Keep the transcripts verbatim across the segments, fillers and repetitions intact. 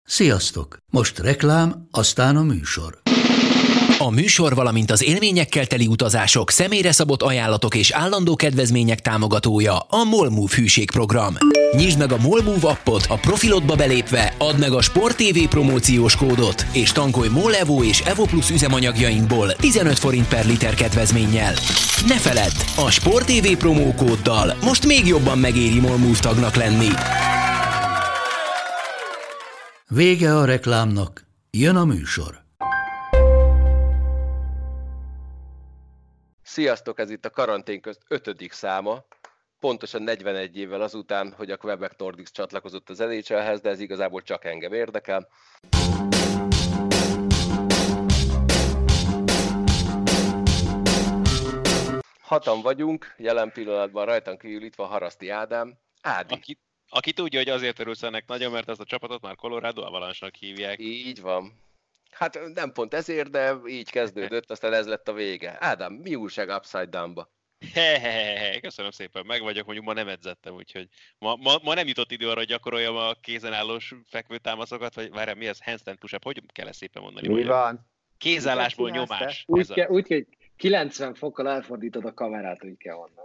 Sziasztok! Most reklám, aztán a műsor. A műsor, valamint az élményekkel teli utazások, személyre szabott ajánlatok és állandó kedvezmények támogatója a MOLMOVE hűségprogram. Nyisd meg a MOLMOVE appot, a profilodba belépve add meg a Sport té vé promóciós kódot, és tankolj MOL Evo és Evo Plus üzemanyagjainkból tizenöt forint per liter kedvezménnyel. Ne feledd, a Sport té vé promókóddal most még jobban megéri MOLMOVE tagnak lenni. Vége a reklámnak, jön a műsor. Sziasztok, ez itt a Karantén közt ötödik száma, pontosan negyvenegy évvel azután, hogy a Quebec Nordics csatlakozott az en há el-hez, de ez igazából csak engem érdekel. Hatan vagyunk, jelen pillanatban rajtam kívül itt van Haraszti Ádám. Ádi. Aki, aki tudja, hogy azért örülsz ennek nagyon, mert ezt a csapatot már Colorado Avalanche-nak hívják. Így van. Hát nem pont ezért, de így kezdődött, aztán ez lett a vége. Ádám, mi újság Upside Down-ba? Hehehehe, köszönöm szépen, meg vagyok, mondjuk ma nem edzettem, úgyhogy ma, ma, ma nem jutott idő arra, hogy gyakoroljam a kézenállós fekvőtámaszokat, vagy várjál, mi ez? Handstand push-up, hogy kell ezt szépen mondani? Mi van? Kézállásból nyomás. Úgy, ke, úgy hogy kilencven fokkal elfordítod a kamerát, úgy kell mondani.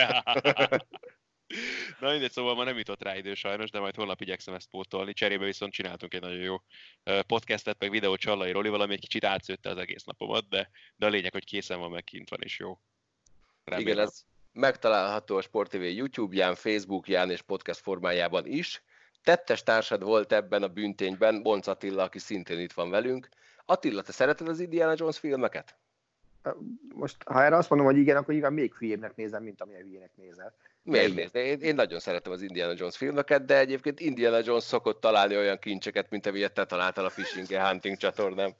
Na mindegy, szóval ma nem jutott rá idő sajnos, de majd holnap igyekszem ezt pótolni. Cserébe viszont csináltunk egy nagyon jó podcastet, meg videót Csallai Rolival, ami egy kicsit átszőtte az egész napomat, de, de a lényeg, hogy készen van, meg kint van, és jó. Remélem. Igen, ez megtalálható a Sport té vé YouTube-ján, Facebookján és podcast formájában is. Tettes társad volt ebben a bűntényben, Bonc Attila, aki szintén itt van velünk. Attila, te szereted az Indiana Jones filmeket? Most, ha erre azt mondom, hogy igen, akkor igen, még hülyébbnek nézem, mint amilyen hülyének nézel. Miért nézd? Én, én nagyon szeretem az Indiana Jones filmeket, de egyébként Indiana Jones szokott találni olyan kincseket, mint amilyet te találtál a Fishing and Hunting csatornán.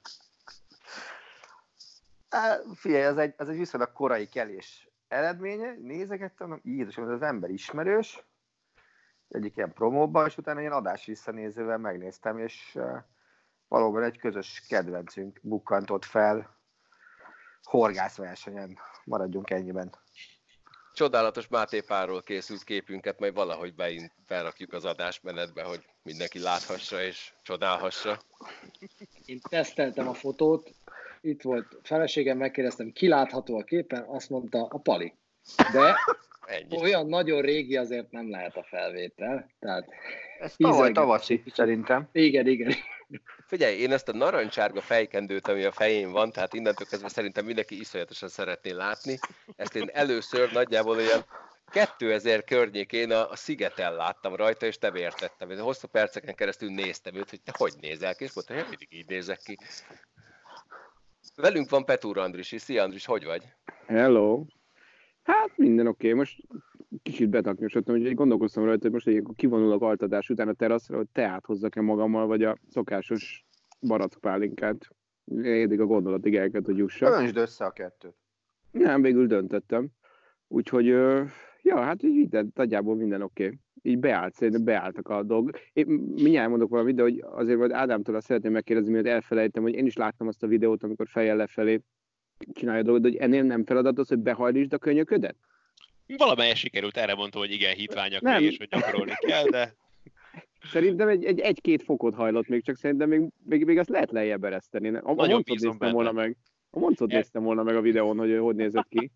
Figyelj, ez egy, ez egy viszonylag korai kelés eredménye, nézegettem, Jézusom, ez az ember ismerős, egyik ilyen promóban, és utána ilyen adás visszanézővel megnéztem, és valóban egy közös kedvencünk bukkantott fel horgászversenyen, maradjunk ennyiben. Csodálatos Máté Pálról készült képünket majd valahogy beint felrakjuk az adásmenetbe, hogy mindenki láthassa és csodálhassa. Én teszteltem a fotót, itt volt feleségem, megkérdeztem, ki látható a képen, azt mondta, a Pali. De ennyi. Olyan nagyon régi azért nem lehet a felvétel. Tehát ez tavaly tavaszi, szerintem. Igen, igen. Figyelj, én ezt a narancsárga fejkendőt, ami a fején van, tehát innentől kezdve szerintem mindenki iszonyatosan szeretné látni. Ezt én először nagyjából olyan kétezer környékén a, a Szigeten láttam rajta, és nem értettem. Én hosszú perceken keresztül néztem őt, hogy te hogy nézel ki, és mondta, hogy mindig így nézek ki. Velünk van Petúr Andris is. Szia Andris, hogy vagy? Hello! Hát minden oké, okay. Most kicsit betaknyosodtam, úgyhogy gondolkoztam rajta, hogy most egy kivonulok altatás után a teraszra, hogy teát hozzak-e magammal, vagy a szokásos barackpálinkát. Eddig a gondolatig el kell, hogy jussak. Öntsd össze a kettőt. Nem, végül döntöttem. Úgyhogy, ja, hát így nagyjából minden oké. Okay. Így beállt, szerintem beálltak a dolgok. Én mindjárt mondok valamit, de hogy azért majd Ádámtól azt szeretném megkérdezni, miért elfelejtem, hogy én is láttam azt a videót, amikor fejjel lefelé csinálja a dolgot, de hogy ennél nem feladat az, hogy behajlítsd a könyöködet? Valamelyes sikerült, erre mondta, hogy igen, hitványak még, és hogy gyakorolni kell, de... Szerintem egy, egy, egy-két fokot hajlott még, csak szerintem még, még, még azt lehet lejjebb ereszteni. A, a Moncot néztem volna meg. A Moncot néztem volna meg a videón, hogy hogy nézett ki.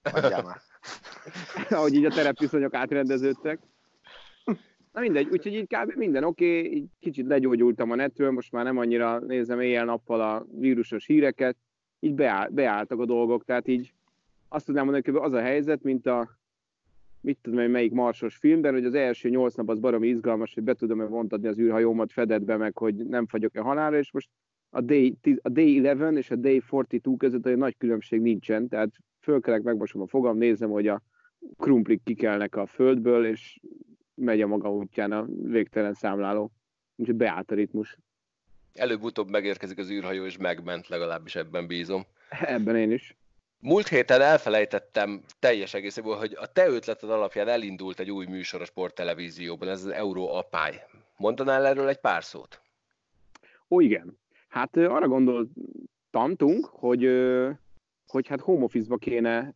Ahogy így a terepviszonyok átrendeződtek. Na mindegy, úgyhogy így kb. Minden oké, okay, így kicsit legyógyultam a netről, most már nem annyira nézem éjjel-nappal a vírusos híreket, így beáll, beálltak a dolgok, tehát így azt tudnám mondani, hogy az a helyzet, mint a, mit tudom én, melyik marsos filmben, hogy az első nyolc nap az baromi izgalmas, hogy be tudom-e vontatni az űrhajómat fedetbe, meg hogy nem fagyok-e halálra, és most a Day, a Day tizenegy és a Day negyvenkettő között olyan nagy különbség nincsen, tehát fölkelek, megmosom a fogam, nézem, hogy a krumplik kikelnek a földből, és megy a maga útján a végtelen számláló. Úgyhogy beállt a ritmus. Előbb-utóbb megérkezik az űrhajó, és megment, legalábbis ebben bízom. Ebben én is. Múlt héten elfelejtettem teljes egészéből, hogy a te ötleted alapján elindult egy új műsor a sporttelevízióban, ez az Euró Apály. Mondanál erről egy pár szót? Ó, igen. Hát arra gondoltunk, hogy, hogy hát home office-ba kéne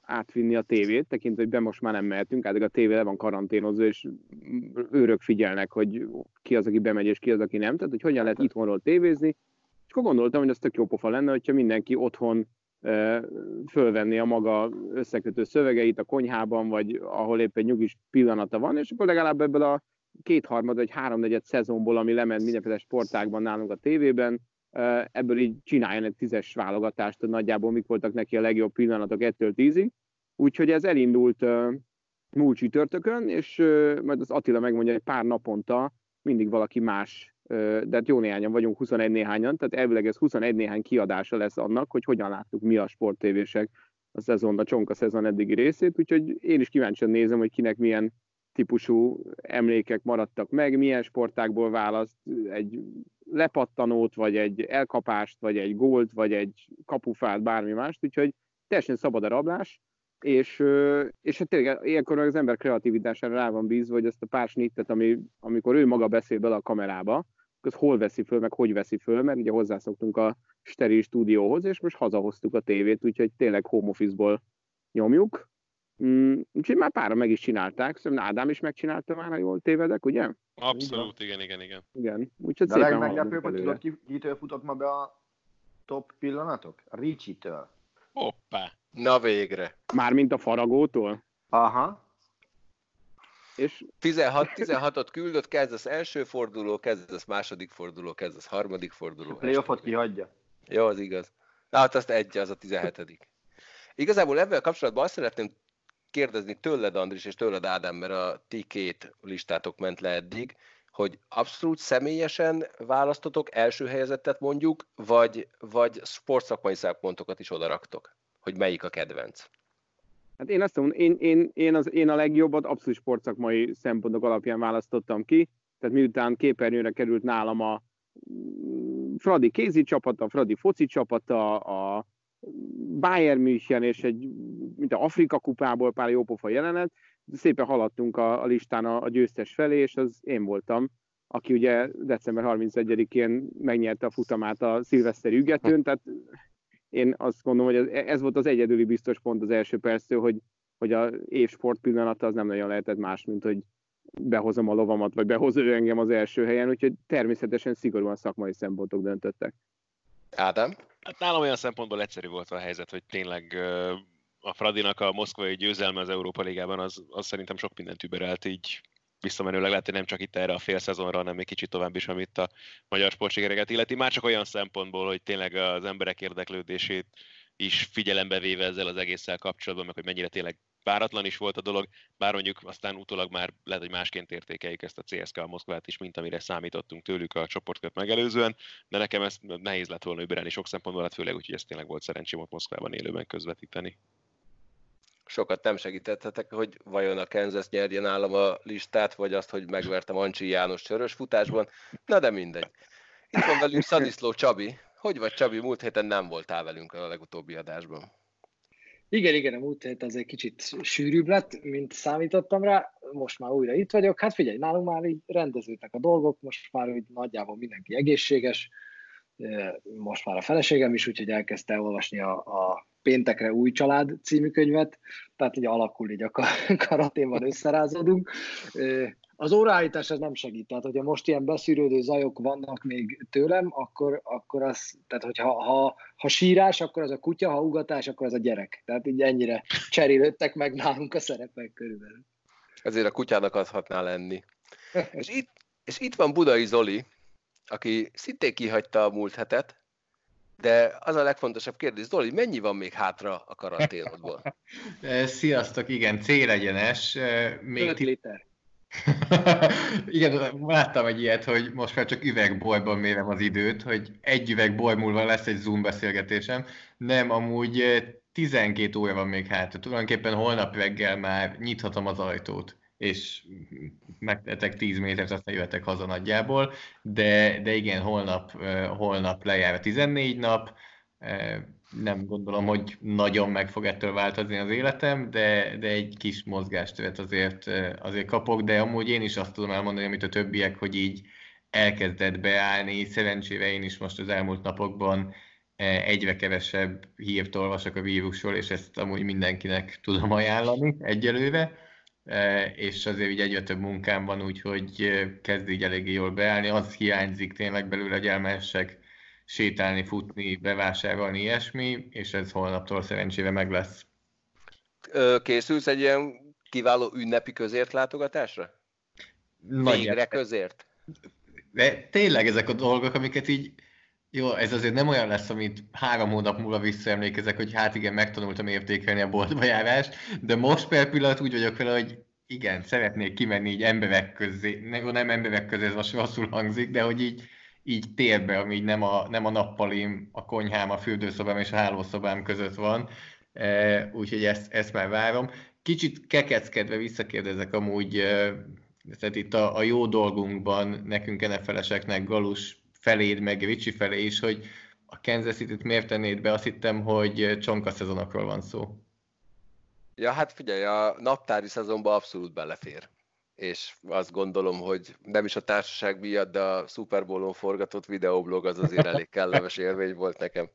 átvinni a tévét, tekintve, hogy be most már nem mehetünk, át a tévé le van karanténozva, és őrök figyelnek, hogy ki az, aki bemegy, és ki az, aki nem. Tehát, hogy hogyan lehet itthonról tévézni. És akkor gondoltam, hogy az tök jó pofa lenne, hogyha mindenki otthon e, fölvenni a maga összekötő szövegeit a konyhában, vagy ahol éppen nyugis pillanata van, és akkor legalább ebből a kétharmad vagy háromnegyed szezonból, ami lement mindenféle sportágban nálunk a tévében, ebből így csináljon egy tízes válogatást, hogy nagyjából mik voltak neki a legjobb pillanatok ettől tízig. Úgyhogy ez elindult uh, múlt csütörtökön, és uh, majd az Attila megmondja, hogy pár naponta mindig valaki más, uh, de hát jó néhányan vagyunk, huszonegy néhányan, tehát elvileg ez huszonegy néhány kiadása lesz annak, hogy hogyan láttuk mi a sporttévések a szezon, a csonka szezon eddigi részét, úgyhogy én is kíváncsian nézem, hogy kinek milyen típusú emlékek maradtak meg, milyen sportákból választ egy lepattanót, vagy egy elkapást, vagy egy gólt, vagy egy kapufát, bármi mást, úgyhogy teljesen szabad a rablás, és, és hát tényleg ilyenkor az ember kreativitására rá van bízva, hogy ezt a pár snittet, ami, amikor ő maga beszél bele a kamerába, az hol veszi föl, meg hogy veszi föl, mert ugye hozzászoktunk a steril stúdióhoz, és most hazahoztuk a tévét, úgyhogy tényleg home office-ból nyomjuk. Mm, úgyhogy már pára meg is csinálták, szerintem Ádám is megcsinálta már, ha jól tévedek, ugye? Abszolút, igen, igen, igen. Igen, úgyhogy de szépen a legmeglepőbb, hogy előre. tudod, kitől futott ma be a top pillanatok? A Ricsi-től. Hoppá! Na végre! Mármint a Faragótól? Aha. És tizenhat, tizenhatot küldött, kezdesz első forduló, kezdesz második forduló, kezdesz harmadik forduló. A playoffot kihagyja. Jó, az igaz. Na, hát azt egy, az a tizenhetedik. Igazából ebben kapcsolatban azt szeretném kérdezni tőled, Andris, és tőled, Ádám, mert a ti két listátok ment le eddig, hogy abszolút személyesen választotok első helyezettet mondjuk, vagy, vagy sportszakmai szempontokat is odaraktok, hogy melyik a kedvenc? Hát én azt mondom, én, én, én, az, én a legjobbat abszolút sportszakmai szempontok alapján választottam ki, tehát miután képernyőre került nálam a Fradi kézi csapata, a Fradi foci csapata, a Bayern München és egy, mint a Afrika kupából pár jópofa jelenet, szépen haladtunk a, a listán a, a győztes felé, és az én voltam, aki ugye december harmincegyedikén megnyerte a futamát a szilveszteri ügetőn, tehát én azt gondolom, hogy ez, ez volt az egyedüli biztos pont az első perctől, hogy, hogy a év sport pillanata az nem nagyon lehetett más, mint hogy behozom a lovamat, vagy behoz ő engem az első helyen, úgyhogy természetesen szigorúan szakmai szempontok döntöttek. Ádám? Hát nálam olyan szempontból egyszerű volt a helyzet, hogy tényleg a Fradinak a moszkvai győzelme az Európa Ligában az, az szerintem sok mindent überelt, így visszamenőleg lehet, hogy nem csak itt erre a fél szezonra, hanem még kicsit tovább is, amit a magyar sportsikereket illeti. Már csak olyan szempontból, hogy tényleg az emberek érdeklődését is figyelembe véve ezzel az egésszel kapcsolatban, meg hogy mennyire tényleg váratlan is volt a dolog, bár mondjuk aztán utólag már lehet, hogy másként értékeljük ezt a cé es ká a Moszkvát is, mint amire számítottunk tőlük a csoportkört megelőzően, de nekem ez nehéz lett volna überelni sok szempontból, hát főleg úgy, hogy ez tényleg volt szerencsém ott Moszkvában élőben közvetíteni. Sokat nem segítettetek, hogy vajon a Kansas nyerje nálam a listát, vagy azt, hogy megvertem Ancsi János csörös futásban. Na de mindegy. Itt van velünk Szaniszló Csabi. Hogy vagy, Csabi? Múlt héten nem voltál velünk a legutóbbi adásban. Igen, igen, a múlt hét az egy kicsit sűrűbb lett, mint számítottam rá. Most már újra itt vagyok. Hát figyelj, nálunk már így rendeződtek a dolgok, most már úgy nagyjából mindenki egészséges. Most már a feleségem is, úgyhogy elkezdte elolvasni a, a Péntekre új család című könyvet, tehát ugye alakul így a karanténban összerázódunk. Az óraállítás ez nem segít, tehát hogyha most ilyen beszűrődő zajok vannak még tőlem, akkor, akkor az, tehát hogyha ha, ha sírás, akkor az a kutya, ha ugatás, akkor az a gyerek. Tehát így ennyire cserélődtek meg nálunk a szerepek körülbelül. Ezért a kutyának adhatná lenni. és, itt, és itt van Budai Zoli, aki szintén kihagyta a múlt hetet, de az a legfontosabb kérdés, Zoli, mennyi van még hátra a karanténodból? Sziasztok, igen, célegyenes. Még öt liter. Igen, láttam egy ilyet, hogy most már csak üvegbolyban mérem az időt, hogy egy üvegboly múlva lesz egy Zoom beszélgetésem. Nem, amúgy tizenkét óra van még hátra. Tulajdonképpen holnap reggel már nyithatom az ajtót, és megtetek tíz métert, aztán jöhetek haza nagyjából, de, de igen, holnap, holnap lejár a tizennégy nap, nem gondolom, hogy nagyon meg fog ettől változni az életem, de, de egy kis mozgástövet azért, azért kapok, de amúgy én is azt tudom elmondani, amit a többiek, hogy így elkezdett beállni, szerencsére én is most az elmúlt napokban egyre kevesebb hírt olvasok a vírusról, és ezt amúgy mindenkinek tudom ajánlani egyelőre, és azért így egyre több munkám van, úgyhogy kezd így eléggé jól beállni. Az hiányzik tényleg belőle, hogy elmehessek sétálni, futni, bevásárolni, ilyesmi, és ez holnaptól szerencsére meg lesz. Készülsz egy ilyen kiváló ünnepi közért látogatásra? Végre közért? De tényleg ezek a dolgok, amiket így, jó, ez azért nem olyan lesz, amit három hónap múlva visszaemlékezek, hogy hát igen, megtanultam értékelni a boltba járást, de most per pillanat úgy vagyok vele, hogy igen, szeretnék kimenni így emberek közé, nem emberek közé, ez most rosszul hangzik, de hogy így, így térbe, ami így nem a, nem a nappalim, a konyhám, a fürdőszobám és a hálószobám között van, e, úgyhogy ezt, ezt már várom. Kicsit kekeckedve visszakérdezek amúgy, tehát itt a, a jó dolgunkban nekünk en ef el-eseknek, Galus feléd, meg Ricsi felé is, hogy a Kansas City-t miért tennéd be, azt hittem, hogy csonka szezonokról van szó. Ja, hát figyelj, a naptári szezonban abszolút belefér. És azt gondolom, hogy nem is a társaság miatt, de a Super Bowl-on forgatott videoblog az azért elég kellemes élmény volt nekem.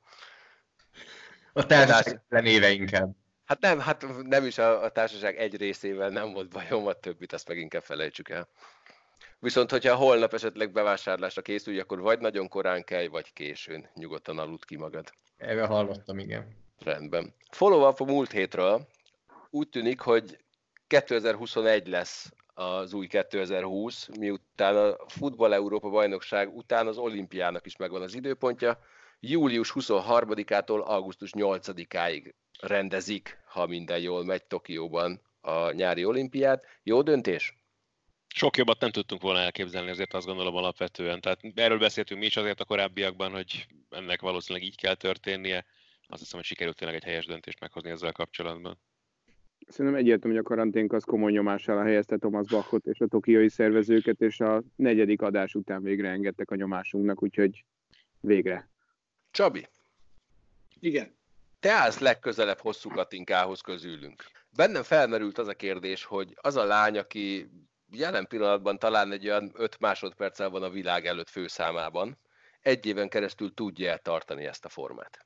A társaság lenéve inkább. Hát nem, hát nem is a, a társaság egy részével nem volt bajom, a többit azt meg inkább felejtsük el. Viszont, hogyha holnap esetleg bevásárlásra készülj, akkor vagy nagyon korán kell, vagy későn. Nyugodtan aludd ki magad. Erre hallottam, igen. Rendben. Follow-up a múlt hétről. Úgy tűnik, hogy kétezer-huszonegy lesz az új kétezer-húsz, miután a Futball Európa bajnokság után az olimpiának is megvan az időpontja. július huszonharmadikától augusztus nyolcadikáig rendezik, ha minden jól megy, Tokióban a nyári olimpiát. Jó döntés? Sok jobbat nem tudtunk volna elképzelni, azért azt gondolom alapvetően. Tehát erről beszéltünk mi is azért a korábbiakban, hogy ennek valószínűleg így kell történnie. Azt hiszem, hogy sikerült tényleg egy helyes döntést meghozni ezzel kapcsolatban. Szerintem egyértelmű, hogy a karanténk az komoly nyomás alá helyezte Thomas Bachot és a tokiói szervezőket, és a negyedik adás után végre engedtek a nyomásunknak, úgyhogy végre. Csabi. Igen. Te állsz legközelebb Hosszú Katinkához közülünk. Bennem felmerült az a kérdés, hogy az a lány, aki jelen pillanatban talán egy olyan öt másodperccel van a világ előtt főszámában, egy éven keresztül tudja tartani ezt a formát?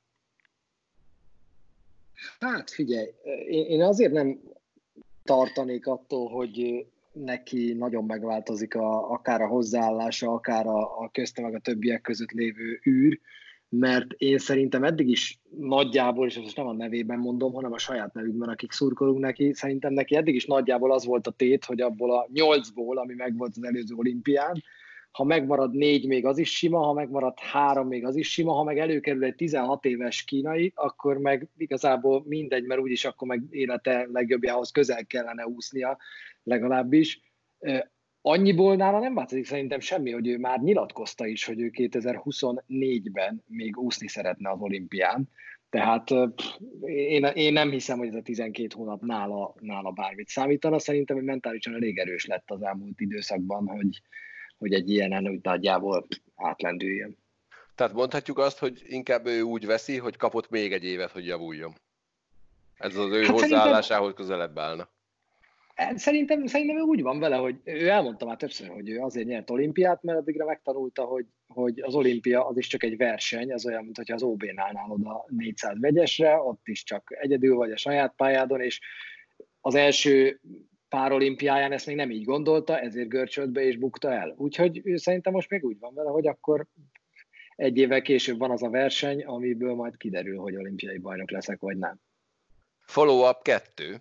Hát figyelj, én azért nem tartanék attól, hogy neki nagyon megváltozik a, akár a hozzáállása, akár a, a közte meg a többiek között lévő űr, mert én szerintem eddig is nagyjából, és most nem a nevében mondom, hanem a saját nevükben, akik szurkolunk neki, szerintem neki eddig is nagyjából az volt a tét, hogy abból a nyolcból, ami megvolt az előző olimpián, ha megmarad négy, még az is sima, ha megmarad három, még az is sima, ha meg előkerül egy tizenhat éves kínai, akkor meg igazából mindegy, mert úgyis akkor meg élete legjobbjához közel kellene úsznia legalábbis. Annyiból nála nem változik szerintem semmi, hogy ő már nyilatkozta is, hogy ő kétezer-huszonnégyben még úszni szeretne az olimpián. Tehát pff, én, én nem hiszem, hogy ez a tizenkét hónap nála, nála bármit számítana. Szerintem, hogy mentálisan elég erős lett az elmúlt időszakban, hogy, hogy egy ilyenen úgy nagyjából átlendüljön. Tehát mondhatjuk azt, hogy inkább ő úgy veszi, hogy kapott még egy évet, hogy javuljon. Ez az ő hát hozzáállásához közelebb állna. Szerintem, szerintem ő úgy van vele, hogy ő elmondta már többször, hogy ő azért nyert olimpiát, mert addigra megtanulta, hogy, hogy az olimpia az is csak egy verseny, az olyan, mint hogyha az ó bén állnál oda négyszáz vegyesre, ott is csak egyedül vagy a saját pályádon, és az első pár olimpiáján ezt még nem így gondolta, ezért görcsölt be és bukta el. Úgyhogy ő szerintem most még úgy van vele, hogy akkor egy évvel később van az a verseny, amiből majd kiderül, hogy olimpiai bajnok leszek, vagy nem. Follow-up kettő.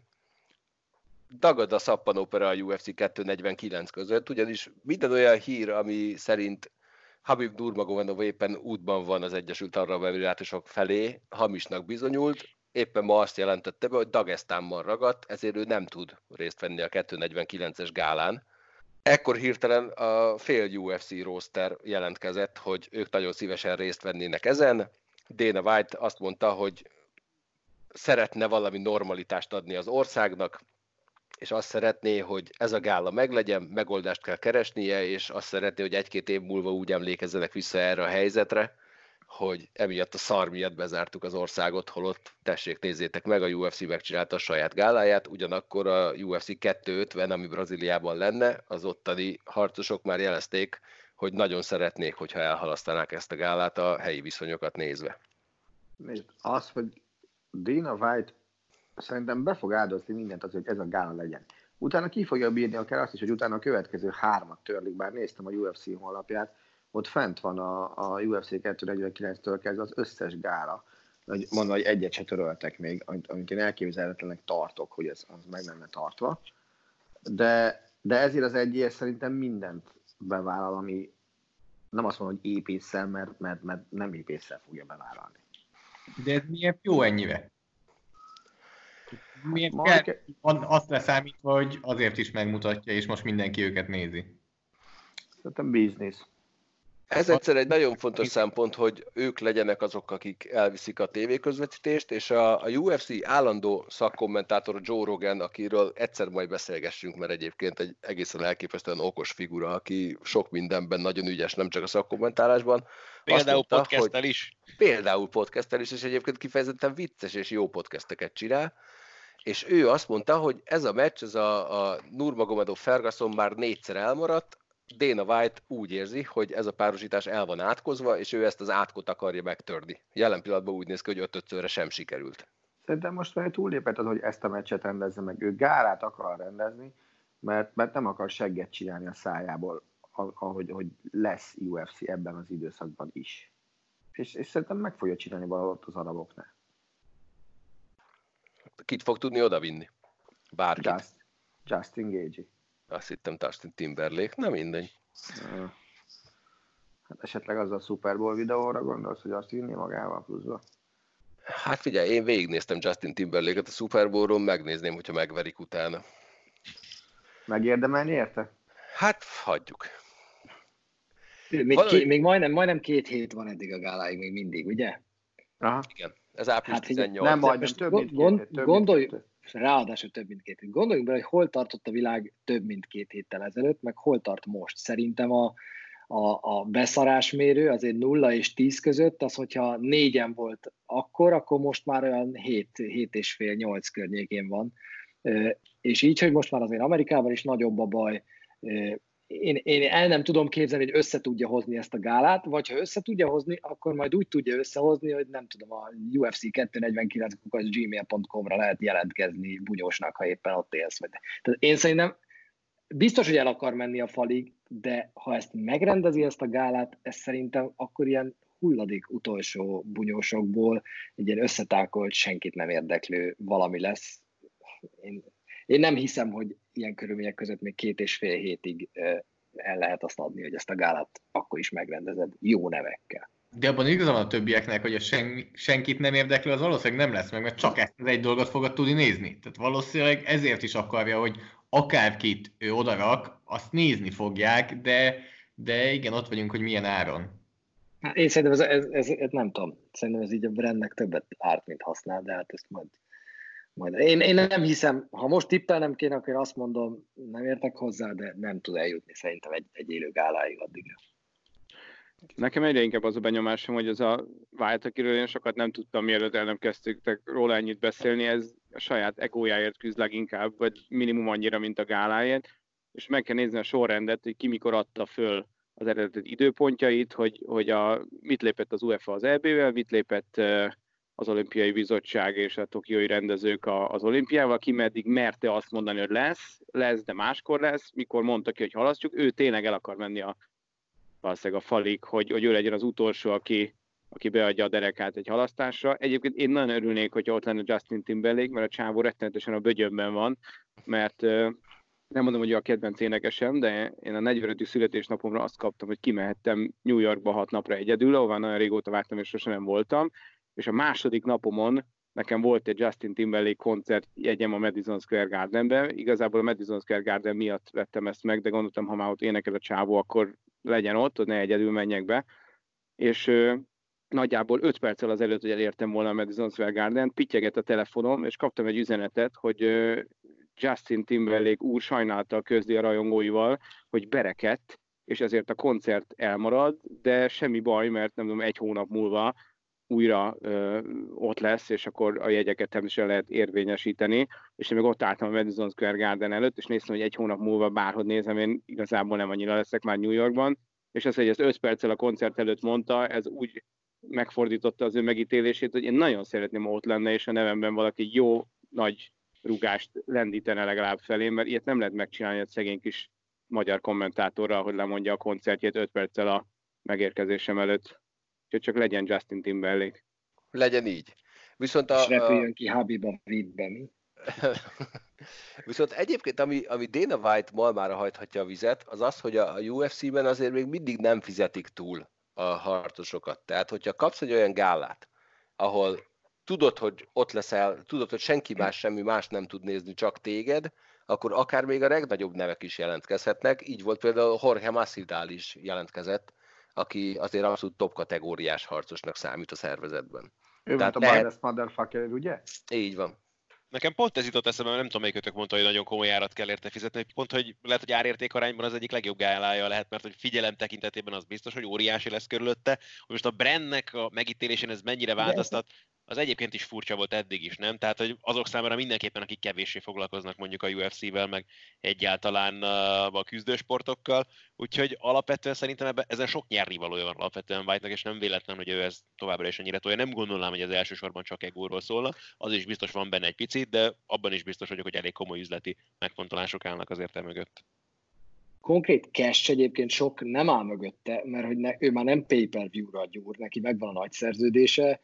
Dagad a szappanopera a u ef cé kétszáznegyvenkilenc között, ugyanis minden olyan hír, ami szerint Habib Nurmagomedov éppen útban van az Egyesült Arab Emirátusok felé, hamisnak bizonyult, éppen ma azt jelentette be, hogy Dagesztánban ragadt, ezért ő nem tud részt venni a kétszáznegyvenkilences gálán. Ekkor hirtelen a fél u ef cé roster jelentkezett, hogy ők nagyon szívesen részt vennének ezen. Dana White azt mondta, hogy szeretne valami normalitást adni az országnak, és azt szeretné, hogy ez a gála meglegyen, megoldást kell keresnie, és azt szeretné, hogy egy-két év múlva úgy emlékezzenek vissza erre a helyzetre, hogy emiatt a szar miatt bezártuk az országot, holott tessék, nézzétek meg, a u ef cé megcsinálta a saját gáláját, ugyanakkor a u ef cé kétszázötven, ami Brazíliában lenne, az ottani harcosok már jelezték, hogy nagyon szeretnék, hogyha elhalasztanák ezt a gálát a helyi viszonyokat nézve. Nézd, az, hogy Dana White szerintem be fog áldozni mindent azért, hogy ez a gála legyen. Utána ki fogja bírni akár azt is, hogy utána a következő hármat törlik, bár néztem a u ef cé honlapját, ott fent van a, a u ef cé kétszáznegyvenkilenctől kezdve az összes gála. Mondom, hogy egyet se töröltek még, amit, amit én elképzelhetetlenek tartok, hogy ez az meg lenne tartva. De, de ezért az egyért szerintem mindent bevállal, ami nem azt mondom, hogy épésszel, mert, mert, mert nem épésszel fogja bevállalni. De ez miért jó ennyire? Miért Marke... kell azt leszámítva, hogy azért is megmutatja, és most mindenki őket nézi? Szerintem biznisz. Ez egyszer egy nagyon fontos szempont, hogy ők legyenek azok, akik elviszik a tévéközvetítést, és a, a u ef cé állandó szakkommentátor Joe Rogan, akiről egyszer majd beszélgessünk, mert egyébként egy egészen elképesztően okos figura, aki sok mindenben nagyon ügyes, nem csak a szakkommentálásban. Például podcasttel is. Például podcasttel is, és egyébként kifejezetten vicces és jó podcasteket csinál. És ő azt mondta, hogy ez a meccs, ez a, a Nurmagomedov Ferguson már négyszer elmaradt, Dana White úgy érzi, hogy ez a párosítás el van átkozva, és ő ezt az átkot akarja megtörni. Jelen pillanatban úgy néz ki, hogy öt-ötszörre sem sikerült. Szerintem most már túllépett az, hogy ezt a meccset rendezze meg. Ő gálát akar rendezni, mert, mert nem akar segget csinálni a szájából, ahogy hogy lesz u ef cé ebben az időszakban is. És, és szerintem meg fogja csinálni valahol az araboknál. Kit fog tudni odavinni? Bárkit. Just, Justin Gagey. Azt hittem Justin Timberlake, nem mindegy. Hát esetleg az a Super Bowl videóra gondolsz, hogy azt vinni magával pluszba? Hát figyelj, én végignéztem Justin Timberlake-et a Super Bowl-ról, megnézném, hogyha megverik utána. Megérdemelni érte? Hát, hagyjuk. Még, Valahogy... ké, még majdnem, majdnem két hét van eddig a gáláig, még mindig, ugye? Aha. Igen, ez április hát, tizennyolc. Nem, majdnem több mint két hét. Több gondolj, mint ráadásul több mint két hét. Gondoljunk bele, hogy hol tartott a világ több mint két héttel ezelőtt, meg hol tart most. Szerintem a, a, a beszarásmérő azért nulla és tíz között, az, hogyha négyen volt akkor, akkor most már olyan hét, hét és fél, nyolc környékén van. És így, hogy most már azért Amerikában is nagyobb a baj. Én, én el nem tudom képzelni, hogy össze tudja hozni ezt a gálát, vagy ha össze tudja hozni, akkor majd úgy tudja összehozni, hogy nem tudom, a u ef cé kétszáznegyvenkilenc kukac gmail pont com-ra lehet jelentkezni bunyósnak, ha éppen ott élsz. Tehát én szerintem biztos, hogy el akar menni a falig, de ha ezt megrendezi, ezt a gálát, ez szerintem akkor ilyen hulladék utolsó bunyósokból egy ilyen összetákolt, senkit nem érdeklő valami lesz. Én, én nem hiszem, hogy ilyen körülmények között még két és fél hétig el lehet azt adni, hogy ezt a gálát akkor is megrendezed jó nevekkel. De abban igazán a többieknek, hogy a sen, senkit nem érdeklő, az valószínűleg nem lesz meg, mert csak ezt az egy dolgot fogod tudni nézni. Tehát valószínűleg ezért is akarja, hogy akárkit ő odarak, azt nézni fogják, de, de igen, ott vagyunk, hogy milyen áron. Hát én szerintem ez, ez, ez, ez nem tudom. Szerintem ez így a brandnek többet árt, mint használ, de hát ezt majd... majd. Én, én nem hiszem, ha most tippelnem kéne, akkor azt mondom, nem értek hozzá, de nem tud eljutni szerintem egy, egy élő gáláig addigra. Nekem egyre inkább az a benyomásom, hogy az a White, akiről én sokat nem tudtam, mielőtt el nem kezdtük róla ennyit beszélni, ez a saját egójáért küzd leginkább, vagy minimum annyira, mint a gáláért, és meg kell nézni a sorrendet, hogy ki mikor adta föl az eredeti időpontjait, hogy, hogy a, mit lépett az u ef á az é bé-vel, mit lépett az Olimpiai Bizottság és a tokiói rendezők az olimpiával, ki meddig merte azt mondani, hogy lesz, lesz, de máskor lesz, mikor mondta ki, hogy halasztjuk, ő tényleg el akar menni a valószínűleg a falig, hogy, hogy ő legyen az utolsó, aki, aki beadja a derekát egy halasztásra. Egyébként én nagyon örülnék, hogyha ott lenne Justin Timberlake, mert a csávó rettenetesen a bögyönben van, mert nem mondom, hogy a kedvenc énekesem, de én a negyvenötödik születésnapomra azt kaptam, hogy kimehettem New Yorkba hat napra egyedül, ahová nagyon régóta vártam, és sosem nem voltam, és a második napomon nekem volt egy Justin Timberlake koncert jegyem a Madison Square Gardenben. Igazából a Madison Square Garden miatt vettem ezt meg, de gondoltam, ha már ott énekel a csávó, akkor legyen ott, hogy ne egyedül menjek be. És ö, nagyjából öt perccel azelőtt, hogy elértem volna a Madison Square Garden, pittyegett a telefonom, és kaptam egy üzenetet, hogy ö, Justin Timberlake úr sajnáltal közli a rajongóival, hogy berekedt, és ezért a koncert elmarad, de semmi baj, mert nem tudom, egy hónap múlva újra ö, ott lesz, és akkor a jegyeket természetesen lehet érvényesíteni, és én meg ott álltam a Madison Square Garden előtt, és néztem, hogy egy hónap múlva bárhogy nézem, én igazából nem annyira leszek már New Yorkban, és az, hogy ezt öt perccel a koncert előtt mondta, ez úgy megfordította az ő megítélését, hogy én nagyon szeretném, ott lenne, és a nevemben valaki jó nagy rugást lendítene legalább felé, mert ilyet nem lehet megcsinálni egy szegény kis magyar kommentátorral, hogy lemondja a koncertjét öt perccel a megérkezésem előtt. Úgyhogy csak legyen Justin Timberlake. Legyen így. Viszont a, és repüljön ki Habib a vízbe, mi? Viszont egyébként, ami, ami Dana White malmára hajthatja a vizet, az az, hogy a U F C-ben azért még mindig nem fizetik túl a harcosokat. Tehát, hogyha kapsz egy olyan gálát, ahol tudod, hogy ott leszel, tudod, hogy senki más, semmi más nem tud nézni, csak téged, akkor akár még a legnagyobb nevek is jelentkezhetnek. Így volt például Jorge Masvidal is jelentkezett, aki azért abszolút top kategóriás harcosnak számít a szervezetben. Ő Tehát volt a lehet... Baddest Motherfucker, ugye? Így van. Nekem pont ez jutott eszembe, nem tudom, melyikötök mondta, hogy nagyon komoly árat kell érte fizetni, pont, hogy lehet, hogy árérték arányban az egyik legjobb gálája lehet, mert hogy figyelem tekintetében az biztos, hogy óriási lesz körülötte, hogy most a Brandnek a megítélésén ez mennyire változtat, az egyébként is furcsa volt eddig is, nem? Tehát, hogy azok számára mindenképpen, akik kevéssé foglalkoznak mondjuk a U F C-vel, meg egyáltalán a küzdősportokkal, úgyhogy alapvetően szerintem ebben, ezen sok nyernivalója van alapvetően White-nak, és nem véletlen, hogy ő ez továbbra is ennyire tolja. Nem gondolnám, hogy az elsősorban csak egóról szólna, az is biztos van benne egy picit, de abban is biztos vagyok, hogy elég komoly üzleti megfontolások állnak azért mögött. Konkrét cash egyébként sok nem áll mögötte, mert hogy ne, ő már nem pay-per-view-ra gyúr, neki megvan a nagy szerződése,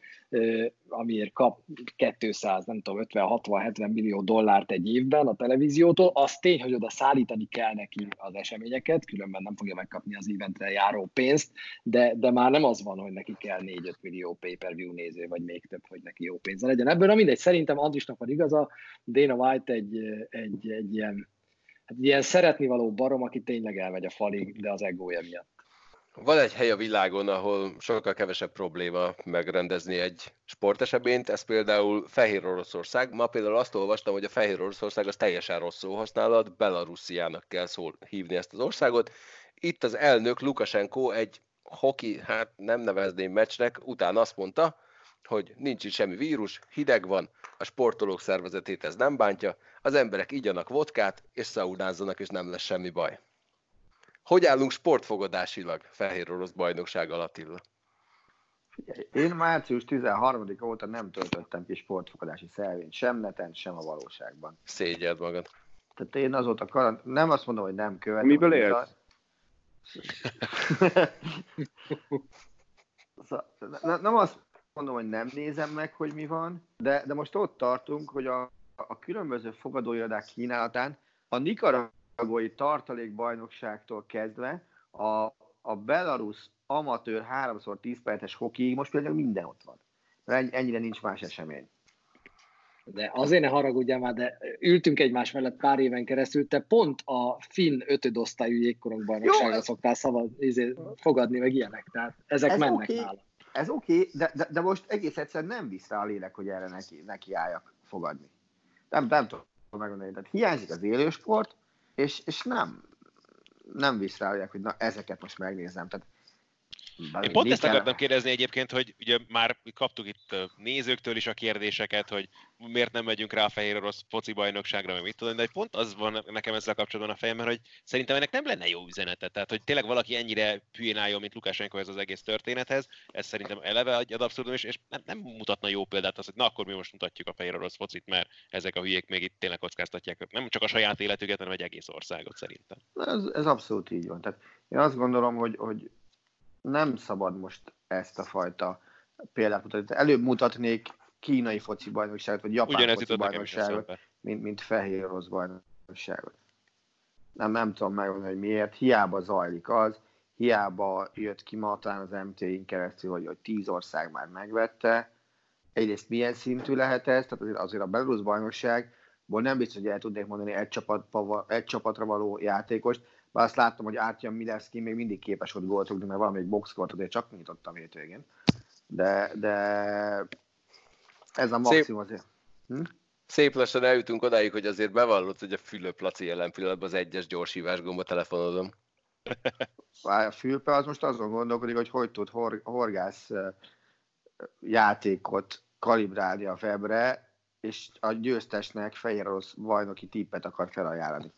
amiért kap kétszáz, nem tudom, ötven, hatvan, hetven millió dollárt egy évben a televíziótól. Az tény, hogy oda szállítani kell neki az eseményeket, különben nem fogja megkapni az eventre járó pénzt, de, de már nem az van, hogy neki kell négy-öt millió pay-per-view néző, vagy még több, hogy neki jó pénze legyen. Ebből nem mindegy, szerintem Andrisnak van igaza, Dana White egy, egy, egy ilyen Hát ilyen szeretnivaló barom, aki tényleg elmegy a falig, de az egója miatt. Van egy hely a világon, ahol sokkal kevesebb probléma megrendezni egy sporteseményt, ez például Fehér Oroszország. Ma például azt olvastam, hogy a Fehér Oroszország az teljesen rossz szóhasználat, Belarussziának kell szól hívni ezt az országot. Itt az elnök Lukasenko egy hoki, hát nem nevezném meccsnek, utána azt mondta, hogy nincs itt semmi vírus, hideg van, a sportolók szervezetét ez nem bántja, az emberek igyanak vodkát, és szaunázzanak, és nem lesz semmi baj. Hogy állunk sportfogadásilag Fehér Orosz bajnokság alatt, Attila? Én március tizenharmadika óta nem töltöttem ki sportfogadási szelvényt, sem neten, sem a valóságban. Szégyeld magad. Tehát én azóta karant... nem azt mondom, hogy nem követem. Miből élsz? Nem azt mondom, hogy nem nézem meg, hogy mi van, de, de most ott tartunk, hogy a, a különböző fogadóirodák kínálatán a nikaragói tartalékbajnokságtól kezdve a, a Belarus amatőr háromszor tíz perces hokiig most például minden ott van. Mert ennyire nincs más esemény. De azért ne haragudjál már, de ültünk egymás mellett pár éven keresztül, te pont a finn ötödosztályú jégkorongbajnokságra szoktál szavad, izé, fogadni, meg ilyenek, tehát ezek ez mennek okay. nála. Ez oké, okay, de, de, de most egész egyszerűen nem visz rá a lélek, hogy erre neki, neki álljak fogadni. Nem, nem tudom megmondani. Tehát hiányzik az élősport, és, és nem, nem visz rá a lélek, hogy na, ezeket most megnézem. Tehát, Én pont ezt akartam kérdezni egyébként, hogy ugye már kaptuk itt nézőktől is a kérdéseket, hogy miért nem megyünk rá a Fehér Orosz foci bajnokságra, meg mit tudom, de pont az van nekem ezzel kapcsolatban a fejemben, hogy szerintem ennek nem lenne jó üzenete. Tehát, hogy tényleg valaki ennyire hülyén álljon, mint Lukasenko ez az egész történethez, ez szerintem eleve egy abszurdum, és, és nem, nem mutatna jó példát az, hogy na akkor mi most mutatjuk a Fehér Orosz focit, mert ezek a hülyék még itt tényleg kockáztatják nem csak a saját életüket, hanem egy egész országot szerintem. Ez, ez abszolút így van. Tehát én azt gondolom, hogy, hogy nem szabad most ezt a fajta példát mutatni. Előbb mutatnék kínai foci bajnokságot, vagy japán ugyanez foci bajnokságot, mint, mint Fehér Orosz bajnokságot. Nem, nem tudom megmondani, hogy miért. Hiába zajlik az, hiába jött ki ma talán az em té-n keresztül, hogy, hogy tíz ország már megvette. Egyrészt milyen szintű lehet ez? Tehát azért, azért a Belarus bajnokságból nem biztos, hogy el tudnék mondani egy, csapatba, egy csapatra való játékost, bár azt láttam, hogy Artyom Milevszky még mindig képes volt gólt rúgni, mert valamelyik boxkort azért csak nyitottam hétvégén. De, de ez a maximum azért. Hm? Szép lassan eljutunk odáig, hogy azért bevallott, hogy a Fülöp Laci jelen pillanatban az egyes gyorshívás gomba telefonodom. A Fülpe az most azon gondolkodik, hogy hogy tud hor- horgász játékot kalibrálni a webre, és a győztesnek Fehér Orosz bajnoki tippet akar felajánlani.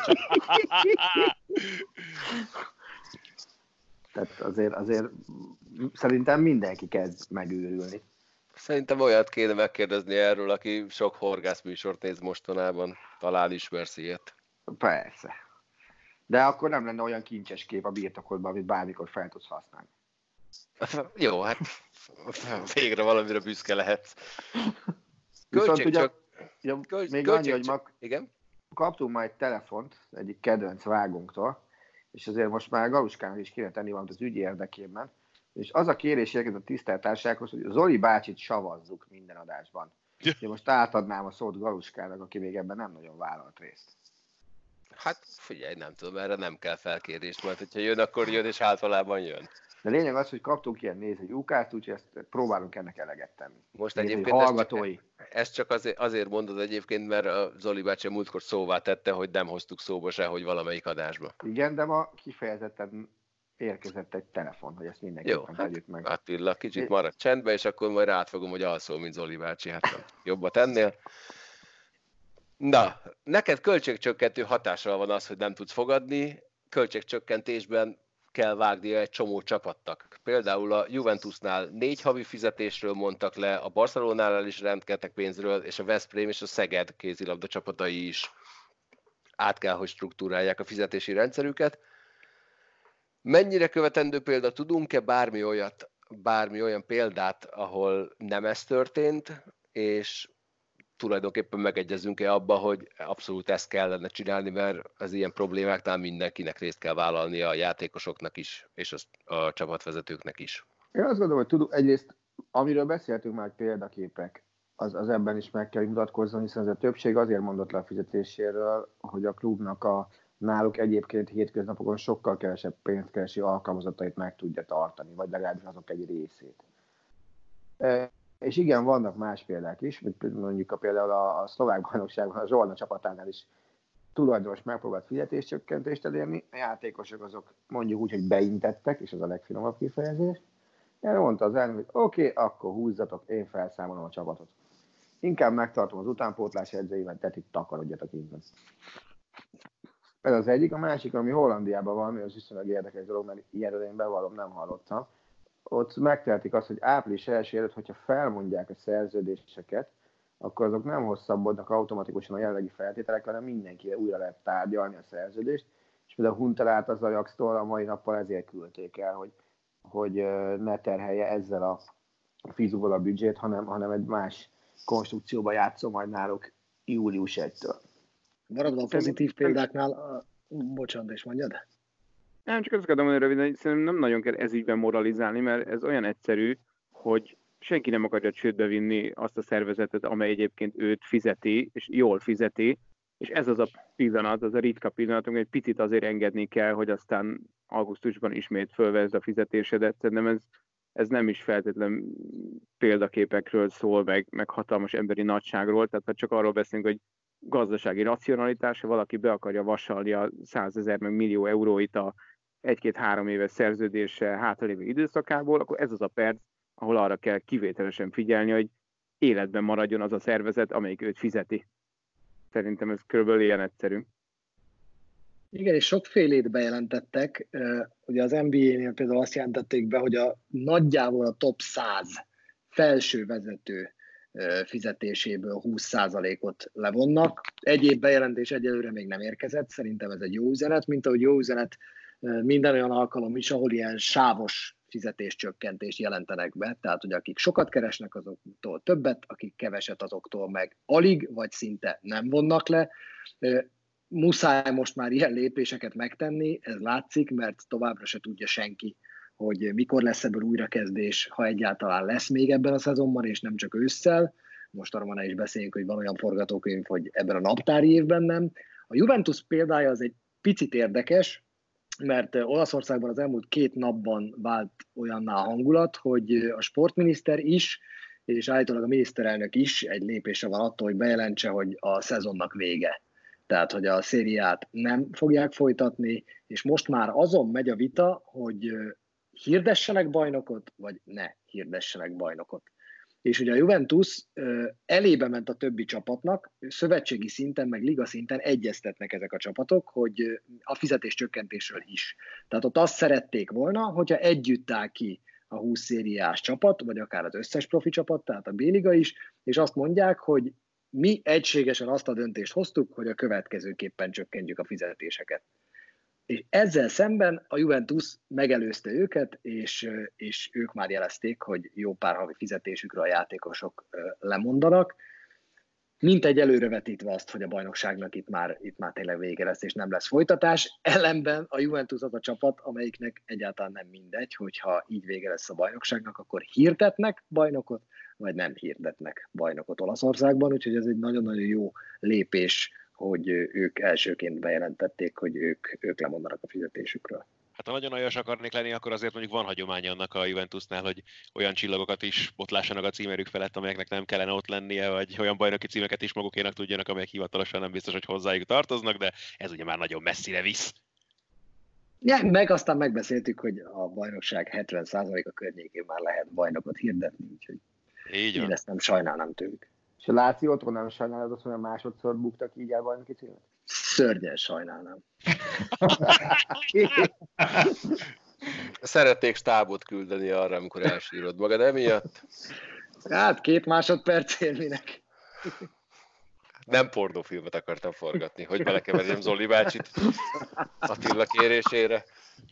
Tehát azért, azért szerintem mindenki kezd megőrülni. Szerintem olyat kéne megkérdezni erről, aki sok horgászműsort néz mostanában. Talán ismersz ilyet. Persze. De akkor nem lenne olyan kincses kép a birtokodban, amit bármikor fel tudsz használni. Jó, hát végre valamire büszke lehetsz. Viszont ugye, csak... ja, Kölcs... még Költség annyi, hogy csak... mag... Igen? kaptunk már egy telefont egyik kedvenc vágunktól, és azért most már Galuskának is kéne tenni valamit az ügy érdekében, és az a kérés érkezett a tiszteltársághoz, hogy Zoli bácsit savazzuk minden adásban. Én most átadnám a szót Galuskának, aki még ebben nem nagyon vállalt részt. Hát figyelj, nem tudom, erre nem kell felkérést, mert hogyha jön, akkor jön, és általában jön. De lényeg az, hogy kaptunk ilyen nézői ukát, úgyhogy ezt próbálunk ennek eleget tenni. Most nézői egyébként hallgatói. Ezt, ezt csak azért, azért mondod egyébként, mert a Zoli bácsi múltkor szóvá tette, hogy nem hoztuk szóba se, hogy valamelyik adásba. Igen, de ma kifejezetten érkezett egy telefon, hogy ezt mindenképpen Jó, tegyük meg. Attila, kicsit maradj csendbe, és akkor majd rátfogom, hogy alszol, mint Zoli bácsi, hát nem jobbat ennél. Na, neked költségcsökkentő hatással van az, hogy nem tudsz fogadni, költségcsökkentésben kell vágnia egy csomó csapatnak. Például a Juventusnál négy havi fizetésről mondtak le, a Barcelonánál is rengeteg pénzről, és a Veszprém és a Szeged kézilabda csapatai is át kell, hogy struktúrálják a fizetési rendszerüket. Mennyire követendő példa, tudunk-e bármi olyat, bármi olyan példát, ahol nem ez történt, és tulajdonképpen megegyezünk-e abba, hogy abszolút ezt kellene csinálni, mert az ilyen problémáknál mindenkinek részt kell vállalnia, a játékosoknak is, és a, a csapatvezetőknek is. Én azt gondolom, hogy tudunk, egyrészt, amiről beszéltünk már, példaképek, az, az ebben is meg kell mutatkozzon, hiszen ez a többség azért mondott le a fizetéséről, hogy a klubnak a náluk egyébként hétköznapokon sokkal kevesebb pénzkeresi alkalmazatait meg tudja tartani, vagy legalábbis azok egy részét. És igen, vannak más példák is, mondjuk a, például a, a szlovák bajnokságban, a Zsolna csapatánál is tulajdonos megpróbált fizetéscsökkentést elérni, a játékosok azok mondjuk úgy, hogy beintettek, és az a legfinomabb kifejezés. Erre mondta az elnök, hogy oké, okay, akkor húzzatok, én felszámolom a csapatot. Inkább megtartom az utánpótlás edzőimet, tehát itt takarodjatok innen. Ez az egyik, a másik, ami Hollandiában van, az viszonylag érdekes dolog, mert ilyenről én bevallom, nem hallottam. Ott megtehetik azt, hogy április első előtt, hogyha felmondják a szerződéseket, akkor azok nem hosszabbodnak automatikusan a jelenlegi feltételek, hanem mindenkire újra lehet tárgyalni a szerződést. És például Huntelát az Ajax-tól a mai nappal ezért küldték el, hogy, hogy ne terhelje ezzel a fizúval a büdzsét, hanem, hanem egy más konstrukcióba játszom majd náluk július elsejétől. Maradva a pozitív példáknál, a... bocsánat, és mondjad? Nem, csak azt akartam mondani röviden, hogy szerintem nem nagyon kell ez ígyben moralizálni, mert ez olyan egyszerű, hogy senki nem akarja csődbe vinni azt a szervezetet, amely egyébként őt fizeti, és jól fizeti, és ez az a pillanat, az a ritka pillanat, amikor egy picit azért engedni kell, hogy aztán augusztusban ismét fölvezd a fizetésedet. Szerintem ez, ez nem is feltétlen példaképekről szól, meg, meg hatalmas emberi nagyságról, tehát ha csak arról beszélünk, hogy gazdasági racionalitás, ha valaki be akarja vasalni a százezer meg millió euróit a egy-két-három éves szerződése hátralévő időszakából, akkor ez az a perc, ahol arra kell kivételesen figyelni, hogy életben maradjon az a szervezet, amelyik őt fizeti. Szerintem ez körülbelül ilyen egyszerű. Igen, és sokfélét bejelentettek. Ugye az en bé á-nél például azt jelentették be, hogy a nagyjából a top száz felső vezető fizetéséből húsz százalékot levonnak. Egyéb bejelentés egyelőre még nem érkezett, szerintem ez egy jó üzenet, mint ahogy jó üzenet minden olyan alkalom is, ahol ilyen sávos fizetéscsökkentést jelentenek be, tehát hogy akik sokat keresnek, azoktól többet, akik keveset, azoktól meg alig, vagy szinte nem vonnak le. Muszáj most már ilyen lépéseket megtenni, ez látszik, mert továbbra se tudja senki, hogy mikor lesz ebből újrakezdés, ha egyáltalán lesz még ebben a szezonban, és nem csak ősszel. Most arra ne is beszéljünk, hogy van olyan forgatókönyv, hogy ebben a naptári évben nem. A Juventus példája az egy picit érdekes, mert Olaszországban az elmúlt két napban vált olyanná hangulat, hogy a sportminiszter is, és állítólag a miniszterelnök is egy lépésre van attól, hogy bejelentse, hogy a szezonnak vége. Tehát, hogy a szériát nem fogják folytatni, és most már azon megy a vita, hogy hirdessenek bajnokot, vagy ne hirdessenek bajnokot. És ugye a Juventus elébe ment a többi csapatnak, szövetségi szinten, meg liga szinten egyeztetnek ezek a csapatok, hogy a fizetéscsökkentésről is. Tehát ott azt szerették volna, hogyha együtt áll ki a húsz szériás csapat, vagy akár az összes profi csapat, tehát a B-liga is, és azt mondják, hogy mi egységesen azt a döntést hoztuk, hogy a következőképpen csökkentjük a fizetéseket. És ezzel szemben a Juventus megelőzte őket, és, és ők már jelezték, hogy jó pár havi fizetésükre a játékosok lemondanak, mint egy előrevetítve azt, hogy a bajnokságnak itt már, itt már tényleg vége lesz, és nem lesz folytatás. Ellenben a Juventus az a csapat, amelyiknek egyáltalán nem mindegy, hogyha így vége lesz a bajnokságnak, akkor hirdetnek bajnokot, vagy nem hirdetnek bajnokot Olaszországban, úgyhogy ez egy nagyon-nagyon jó lépés, hogy ők elsőként bejelentették, hogy ők, ők lemondanak a fizetésükről. Hát ha nagyon aljas akarnék lenni, akkor azért mondjuk van hagyománya annak a Juventusnál, hogy olyan csillagokat is ott lássanak a címerük felett, amelyeknek nem kellene ott lennie, vagy olyan bajnoki címeket is magukénak tudjanak, amelyek hivatalosan nem biztos, hogy hozzájuk tartoznak, de ez ugye már nagyon messzire visz. Ja, meg aztán megbeszéltük, hogy a bajnokság hetven százaléka környékén már lehet bajnokot hirdetni, úgyhogy így én ezt nem sajnálnám tőlük. És a Láció otthon nem sajnálod azt, hogy másodszor buktak így el bajnoki címet? Szörnyen sajnálnám. Szeretnék stábot küldeni arra, amikor elsírod magad emiatt. Hát két másodpercért minek. Nem pornófilmet akartam forgatni, hogy belekeverjem Zoli bácsit Attila kérésére.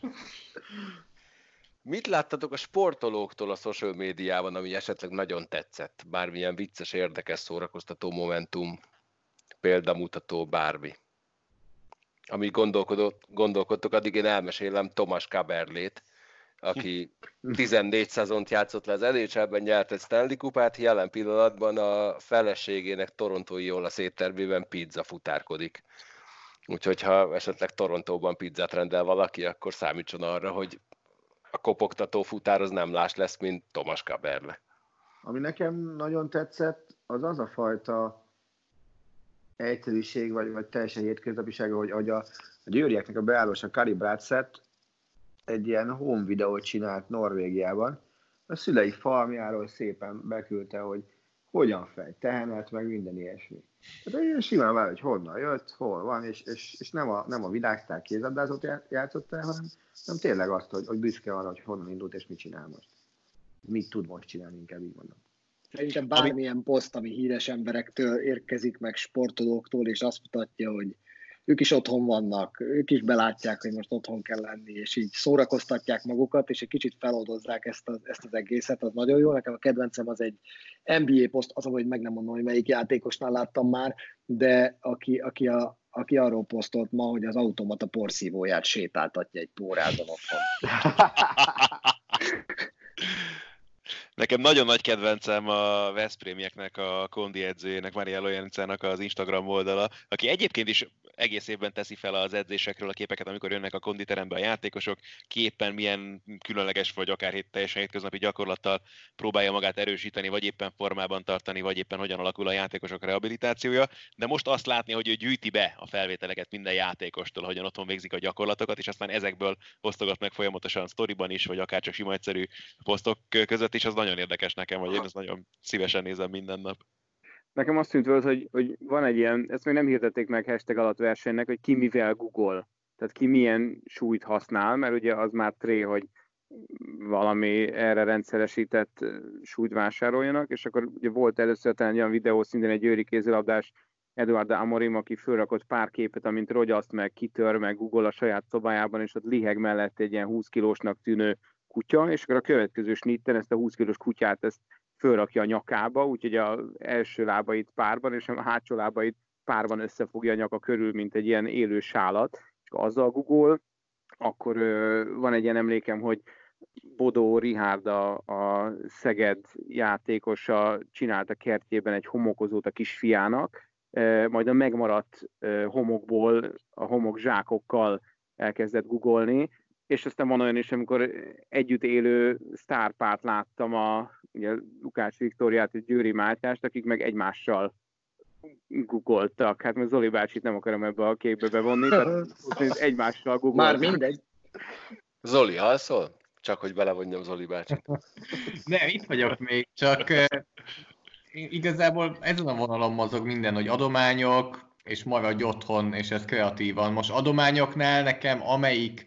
Mit láttatok a sportolóktól a social médiában, ami esetleg nagyon tetszett? Bármilyen vicces, érdekes, szórakoztató momentum, példamutató, bármi. Amíg gondolkodtok, addig én elmesélem Tomas Kaberlét, aki tizennégy szezont játszott le az en há el-ben, nyert egy Stanley kupát, jelen pillanatban a feleségének torontói olasz éttermében pizza futárkodik. Úgyhogy ha esetleg Torontóban pizzát rendel valaki, akkor számítson arra, hogy a kopogtató futár az nem más lesz, mint Tomas Kaberle. Ami nekem nagyon tetszett, az az a fajta egyszerűség, vagy, vagy teljesen hétköznapisága, hogy, hogy a, a győrieknek a beállósa Kari Bratsett egy ilyen home videót csinált Norvégiában. A szülei farmjáról szépen beküldte, hogy hogyan fej tehenet, meg minden ilyesmi. Tehát ilyen simán vár, hogy honnan jött, hol van, és, és, és nem a, nem a világsztár kézabdázót játszott el, hanem, hanem tényleg azt, hogy, hogy büszke arra, hogy honnan indult, és mit csinál most. Mit tud most csinálni, inkább így mondom. Szerintem bármilyen ami... poszt, ami híres emberektől érkezik, meg sportolóktól, és azt mutatja, hogy ők is otthon vannak, ők is belátják, hogy most otthon kell lenni, és így szórakoztatják magukat, és egy kicsit feloldozzák ezt, a, ezt az egészet, az nagyon jó. Nekem a kedvencem az egy en bé á poszt, az, hogy meg nem mondom, hogy melyik játékosnál láttam már, de aki, aki, a, aki arról posztolt ma, hogy az automata porszívóját sétáltatja egy pórázon otthon. Nekem nagyon nagy kedvencem a Veszprémieknek, a kondi edzőjének, Mariello Jencának az Instagram oldala, aki egyébként is egész évben teszi fel az edzésekről a képeket, amikor jönnek a konditerembe a játékosok, ki éppen milyen különleges vagy akár hét, teljesen hétköznapi gyakorlattal próbálja magát erősíteni, vagy éppen formában tartani, vagy éppen hogyan alakul a játékosok rehabilitációja. De most azt látni, hogy ő gyűjti be a felvételeket minden játékostól, hogyan otthon végzik a gyakorlatokat, és aztán ezekből osztogat meg folyamatosan sztoriban is, vagy akár csak sima egyszerű posztok között is, az nagyon érdekes nekem, vagy én ezt nagyon szívesen nézem minden nap. Nekem azt tűnt volt, hogy, hogy van egy ilyen, ezt még nem hirdették meg hashtag alatt versenynek, hogy ki mivel Google. Tehát ki milyen súlyt használ, mert ugye az már tré, hogy valami erre rendszeresített súlyt vásároljanak, és akkor ugye volt először talán olyan videó, szintén egy győri kézilabdás Eduardo Amorim, aki fölrakott pár képet, amint rogyaszt meg, kitör meg Google a saját szobájában, és ott liheg mellett egy ilyen húsz kilósnak tűnő kutya, és akkor a következő snitten ezt a húsz kilós kutyát ezt fölrakja a nyakába, úgyhogy az első lábait párban, és a hátsó lábait párban összefogja a nyaka körül, mint egy ilyen élő sálat, és azzal Google, akkor ö, van egy ilyen emlékem, hogy Bodó Richárd, a, a Szeged játékosa csinált a kertjében egy homokozót a kisfiának, e, majd a megmaradt e, homokból, a homok zsákokkal elkezdett googolni, és aztán van olyan is, amikor együtt élő sztárpárt láttam, a ugye, Lukács Viktóriát és Győri Mátyást, akik meg egymással googoltak. Hát mert Zoli bácsit nem akarom ebbe a képbe bevonni, tehát egymással googoltak. Már mindegy. Zoli, alszol? Csak hogy belevonjam Zoli bácsit. Nem, itt vagyok még, csak uh, igazából ezen a vonalon mozog minden, hogy adományok, és maradj otthon, és ez kreatívan. Most adományoknál nekem amelyik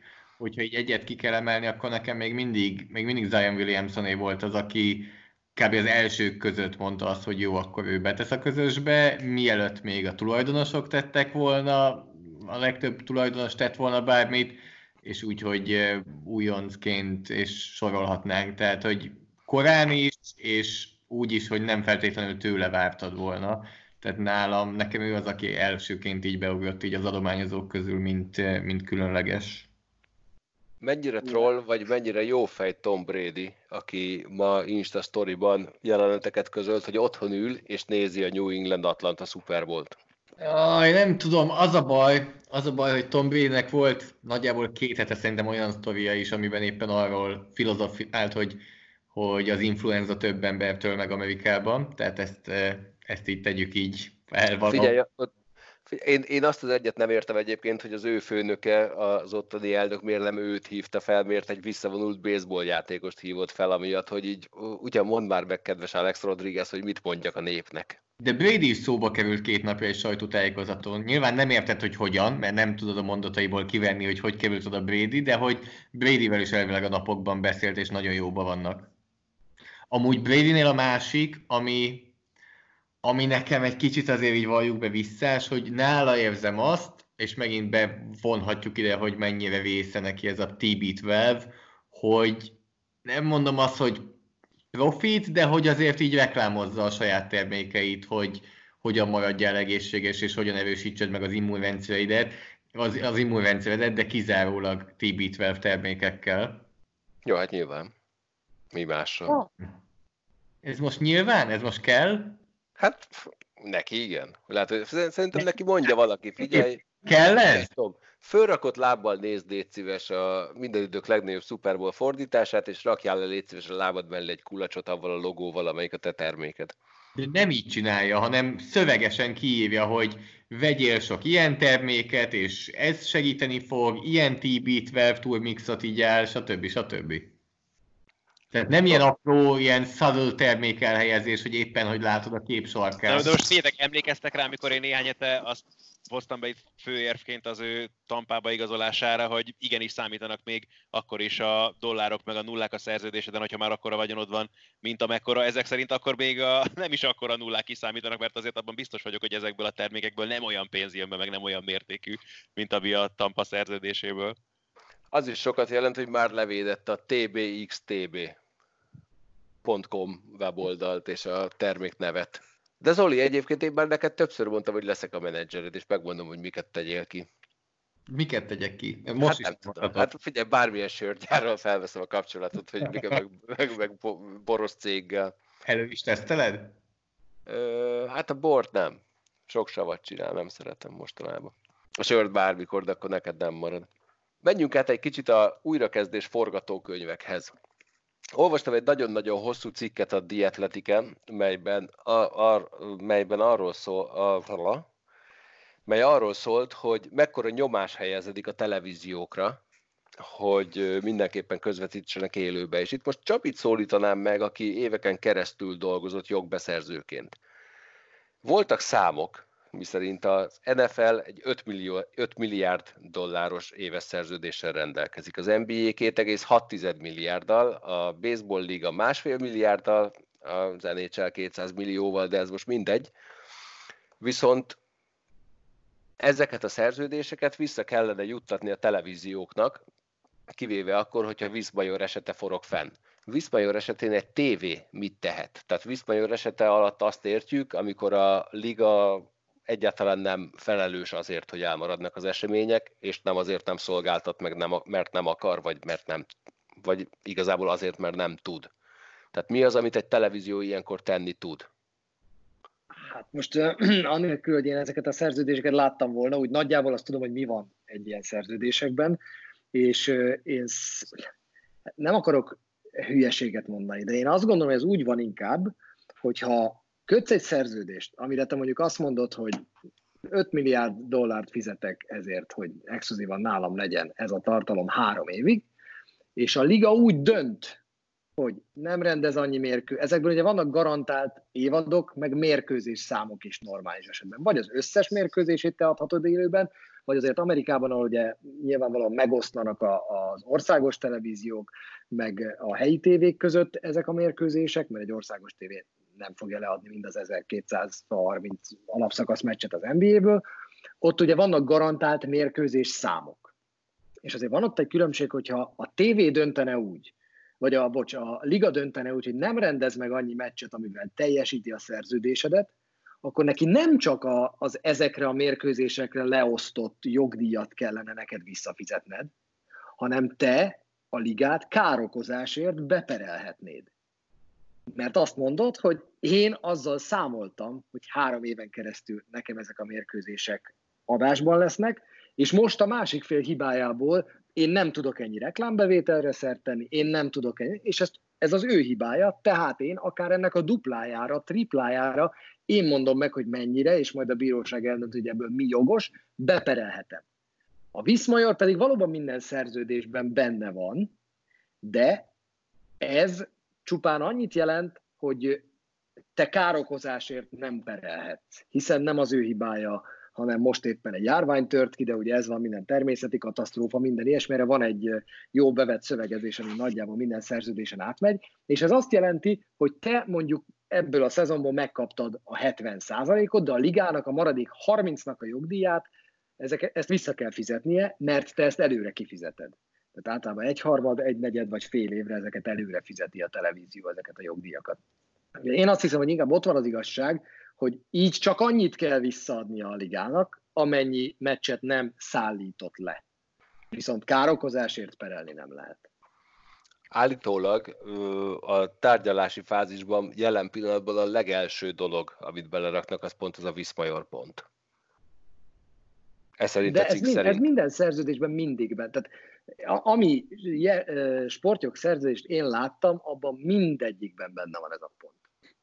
hogyha így egyet ki kell emelni, akkor nekem még mindig, még mindig Zion Williamsoné volt az, aki kb. Az elsők között mondta azt, hogy jó, akkor ő betesz a közösbe, mielőtt még a tulajdonosok tettek volna, a legtöbb tulajdonos tett volna bármit, és úgy, hogy újoncként és sorolhatnánk, tehát, hogy korán is, és úgy is, hogy nem feltétlenül tőle vártad volna. Tehát nálam, nekem ő az, aki elsőként így beugrott így az adományozók közül, mint, mint különleges. Mennyire troll, vagy mennyire jó fej Tom Brady, aki ma Insta Storyban jeleneteket közölt, hogy otthon ül és nézi a New England Atlanta Super Bowl-t. Aj, nem tudom, az a baj, az a baj, hogy Tom Bradynek volt nagyjából két hete szerintem olyan sztoria is, amiben éppen arról filozofiált, hogy, hogy az influenza több embertől meg Amerikában, tehát ezt, ezt így tegyük így elvaló. Figyelj, Én, én azt az egyet nem értem egyébként, hogy az ő főnöke, az ottani elnök miért nem őt hívta fel, miért egy visszavonult baseball játékost hívott fel, amiatt, hogy így, ugyan mondd már meg, kedves Alex Rodriguez, hogy mit mondjak a népnek. De Brady is szóba került két napja egy sajtótájékozaton. Nyilván nem érted, hogy hogyan, mert nem tudod a mondataiból kivenni, hogy hogy került oda Brady, de hogy Bradyvel is elvileg a napokban beszélt, és nagyon jóban vannak. Amúgy Bradynél a másik, ami... ami nekem egy kicsit azért így valljuk be visszás, hogy nála érzem azt, és megint bevonhatjuk ide, hogy mennyire vésze neki ez a té bé tizenkettő, hogy nem mondom azt, hogy profit, de hogy azért így reklámozza a saját termékeit, hogy hogyan maradjál egészséges, és hogyan erősítsed meg az immunrendszereidet, az, az immunrendszeredet, de kizárólag té bé tizenkettő termékekkel. Jó, hát nyilván. Mi mással? Oh. Ez most nyilván? Ez most kell? Hát neki igen. Lehet, szerintem neki mondja valaki, figyelj. Kell ez? Fölrakott lábbal nézd, légy szíves a minden idők legnagyobb Super Bowl fordítását, és rakjál le, légy szíves a lábad mellé egy kulacsot avval a logóval, amelyik a te terméked. De nem így csinálja, hanem szövegesen kiírja, hogy vegyél sok ilyen terméket, és ez segíteni fog, ilyen té bé tizenkettő turmixot így el, stb. stb. Tehát nem ilyen apró, ilyen subtle termék elhelyezés, hogy éppen, hogy látod a kép sarkát. De most figyeljetek, emlékeztek rá, amikor én néhány hete azt hoztam be itt főérvként az ő Tampába igazolására, hogy igenis számítanak még akkor is a dollárok meg a nullák a szerződéseden, hogyha már akkora vagyonod van, mint amekkora. Ezek szerint akkor még a, nem is akkora nullák kiszámítanak, mert azért abban biztos vagyok, hogy ezekből a termékekből nem olyan pénz jön be, meg nem olyan mértékű, mint ami a Tampa szerződéséből. Az is sokat jelent, hogy már levédett a té bé iksz té bé pont com weboldalt és a terméknevet. De Zoli, egyébként én már neked többször mondtam, hogy leszek a menedzsered, és megmondom, hogy miket tegyél ki. Miket tegyek ki? Most hát is nem tudom. Hát figyelj, bármilyen sörgyárral felveszem a kapcsolatot, hogy miket meg, meg, meg boros céggel. Elő is teszteled? Ö, hát a bort nem. Sok savat csinál, nem szeretem mostanában. A sört bármikor, de akkor neked nem marad. Menjünk át egy kicsit a újrakezdés forgatókönyvekhez. Olvastam egy nagyon-nagyon hosszú cikket a The Athletic-en, melyben, a, a, melyben arról szól, a, mely arról szólt, hogy mekkora nyomás helyezedik a televíziókra, hogy mindenképpen közvetítsenek élőbe. És itt most Csapit szólítanám meg, aki éveken keresztül dolgozott jogbeszerzőként. Voltak számok, miszerint az en ef el egy öt milliárd dolláros éves szerződéssel rendelkezik. Az en bé á két egész hat milliárddal, a Baseball Liga másfél milliárddal, az en há el kétszáz millióval, de ez most mindegy. Viszont ezeket a szerződéseket vissza kellene juttatni a televízióknak, kivéve akkor, hogyha Viszmajor esete forog fenn. Viszmajor esetén egy tévé mit tehet? Tehát Viszmajor esete alatt azt értjük, amikor a liga egyáltalán nem felelős azért, hogy elmaradnak az események, és nem azért nem szolgáltat meg, nem, mert nem akar, vagy, mert nem, vagy igazából azért, mert nem tud. Tehát mi az, amit egy televízió ilyenkor tenni tud? Hát most uh, anélkül, hogy én ezeket a szerződéseket láttam volna, úgy nagyjából azt tudom, hogy mi van egy ilyen szerződésekben, és uh, én sz... nem akarok hülyeséget mondani, de én azt gondolom, hogy ez úgy van inkább, hogyha kötsz egy szerződést, amire te mondjuk azt mondod, hogy öt milliárd dollárt fizetek ezért, hogy exkluzívan nálam legyen ez a tartalom három évig, és a liga úgy dönt, hogy nem rendez annyi mérkőzés. Ezekből ugye vannak garantált évadok, meg mérkőzés számok is normális esetben. Vagy az összes mérkőzését te adhatod élőben, vagy azért Amerikában, ahol ugye nyilvánvalóan megoszlanak a, az országos televíziók, meg a helyi tévék között ezek a mérkőzések, mert egy országos tévé nem fogja leadni mind az ezerkétszázharminc alapszakasz meccset az en bé á-ből. Ott ugye vannak garantált mérkőzés számok. És azért van ott egy különbség, hogyha a tévé döntene úgy, vagy a, bocs, a liga döntene úgy, hogy nem rendez meg annyi meccset, amivel teljesíti a szerződésedet, akkor neki nem csak a, az ezekre a mérkőzésekre leosztott jogdíjat kellene neked visszafizetned, hanem te a ligát károkozásért beperelhetnéd. Mert azt mondod, hogy én azzal számoltam, hogy három éven keresztül nekem ezek a mérkőzések adásban lesznek, és most a másik fél hibájából én nem tudok ennyi reklámbevételre szert tenni, én nem tudok ennyi, és ez, ez az ő hibája, tehát én akár ennek a duplájára, triplájára, én mondom meg, hogy mennyire, és majd a bíróság eldönt, hogy ebből mi jogos, beperelhetem. A Viszmajor pedig valóban minden szerződésben benne van, de ez csupán annyit jelent, hogy te károkozásért nem perelhetsz, hiszen nem az ő hibája, hanem most éppen egy járvány tört ki, de ugye ez van, minden természeti katasztrófa, minden ilyesmire van egy jó bevett szövegezés, ami nagyjából minden szerződésen átmegy, és ez azt jelenti, hogy te mondjuk ebből a szezonból megkaptad a hetven százalékot, de a ligának a maradék harmincnak a jogdíját, ezek, ezt vissza kell fizetnie, mert te ezt előre kifizeted. Tehát általában egyharmad, egynegyed vagy fél évre ezeket előre fizeti a televízió, ezeket a jogdíjakat. Én azt hiszem, hogy inkább ott van az igazság, hogy így csak annyit kell visszaadnia a ligának, amennyi meccset nem szállított le. Viszont károkozásért perelni nem lehet. Állítólag a tárgyalási fázisban jelen pillanatban a legelső dolog, amit beleraknak, az pont az a Viszmajor pont. Ez szerint De a cikk ez, mind, szerint. ez minden szerződésben mindig benne. Tehát ami sportjog szerződést én láttam, abban mindegyikben benne van ez a pont.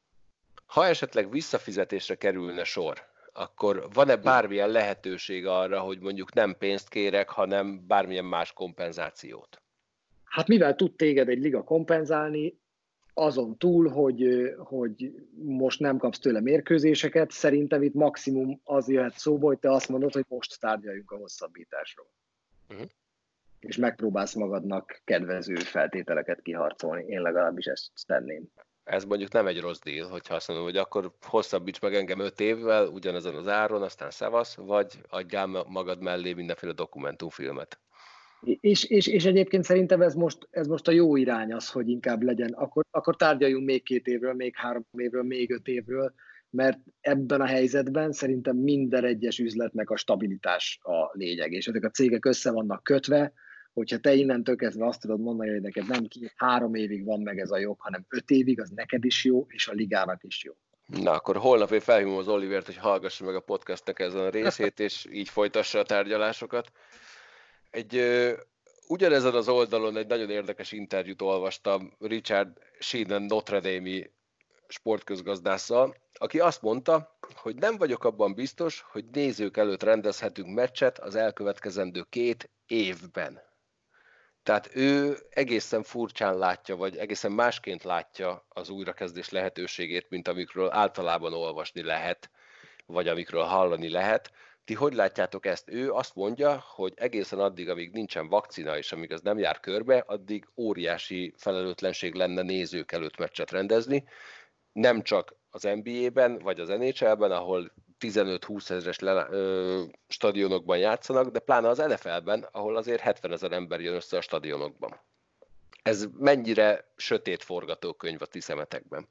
Ha esetleg visszafizetésre kerülne sor, akkor van-e bármilyen lehetőség arra, hogy mondjuk nem pénzt kérek, hanem bármilyen más kompenzációt? Hát mivel tud téged egy liga kompenzálni, azon túl, hogy, hogy most nem kapsz tőle mérkőzéseket, szerintem itt maximum az jöhet szóba, hogy te azt mondod, hogy most tárgyaljunk a hosszabbításról. Uh-huh. És megpróbálsz magadnak kedvező feltételeket kiharcolni. Én legalábbis ezt tenném. Ez mondjuk nem egy rossz deal, hogyha azt mondom, hogy akkor hosszabbíts meg engem öt évvel, ugyanezen az áron, aztán szevasz, vagy adjál magad mellé mindenféle dokumentumfilmet. És, és, és egyébként szerintem ez most, ez most a jó irány az, hogy inkább legyen, akkor, akkor tárgyaljunk még két évről, még három évről, még öt évről, mert ebben a helyzetben szerintem minden egyes üzletnek a stabilitás a lényeg, és ezek a cégek össze vannak kötve, hogyha te innentől kezdve azt tudod mondani, hogy neked nem két, három évig van meg ez a jog, hanem öt évig, az neked is jó, és a ligának is jó. Na, akkor holnap én felhívom az Olivert, hogy hallgassa meg a podcastnek ezen a részét, és így folytassa a tárgyalásokat. Egy, ö, ugyanezen az oldalon egy nagyon érdekes interjút olvastam Richard Sheehan Notre Dame-i sportközgazdásszal, aki azt mondta, hogy nem vagyok abban biztos, hogy nézők előtt rendezhetünk meccset az elkövetkezendő két évben. Tehát ő egészen furcsán látja, vagy egészen másként látja az újrakezdés lehetőségét, mint amikről általában olvasni lehet, vagy amikről hallani lehet. Ti hogy látjátok ezt? Ő azt mondja, hogy egészen addig, amíg nincsen vakcina, és amíg az nem jár körbe, addig óriási felelőtlenség lenne nézők előtt meccset rendezni. Nem csak az en bé á-ben, vagy az en há el-ben, ahol tizenöt-húsz ezres le, ö, stadionokban játszanak, de pláne az en ef el-ben, ahol azért hetvenezer ember jön össze a stadionokban. Ez mennyire sötét forgatókönyv a ti szemetekben?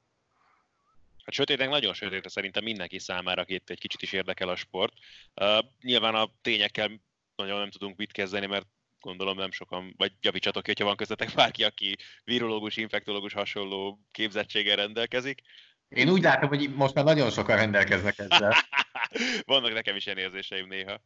Hát sötétek nagyon sötét, szerintem mindenki számára, akit egy kicsit is érdekel a sport. Uh, nyilván a tényekkel nagyon nem tudunk mit kezdeni, mert gondolom nem sokan, vagy javítsatok ki, hogyha van köztetek bárki, aki virológus, infektológus hasonló képzettséggel rendelkezik. Én úgy látom, hogy most már nagyon sokan rendelkeznek ezzel. Vannak nekem is ilyen érzéseim néha.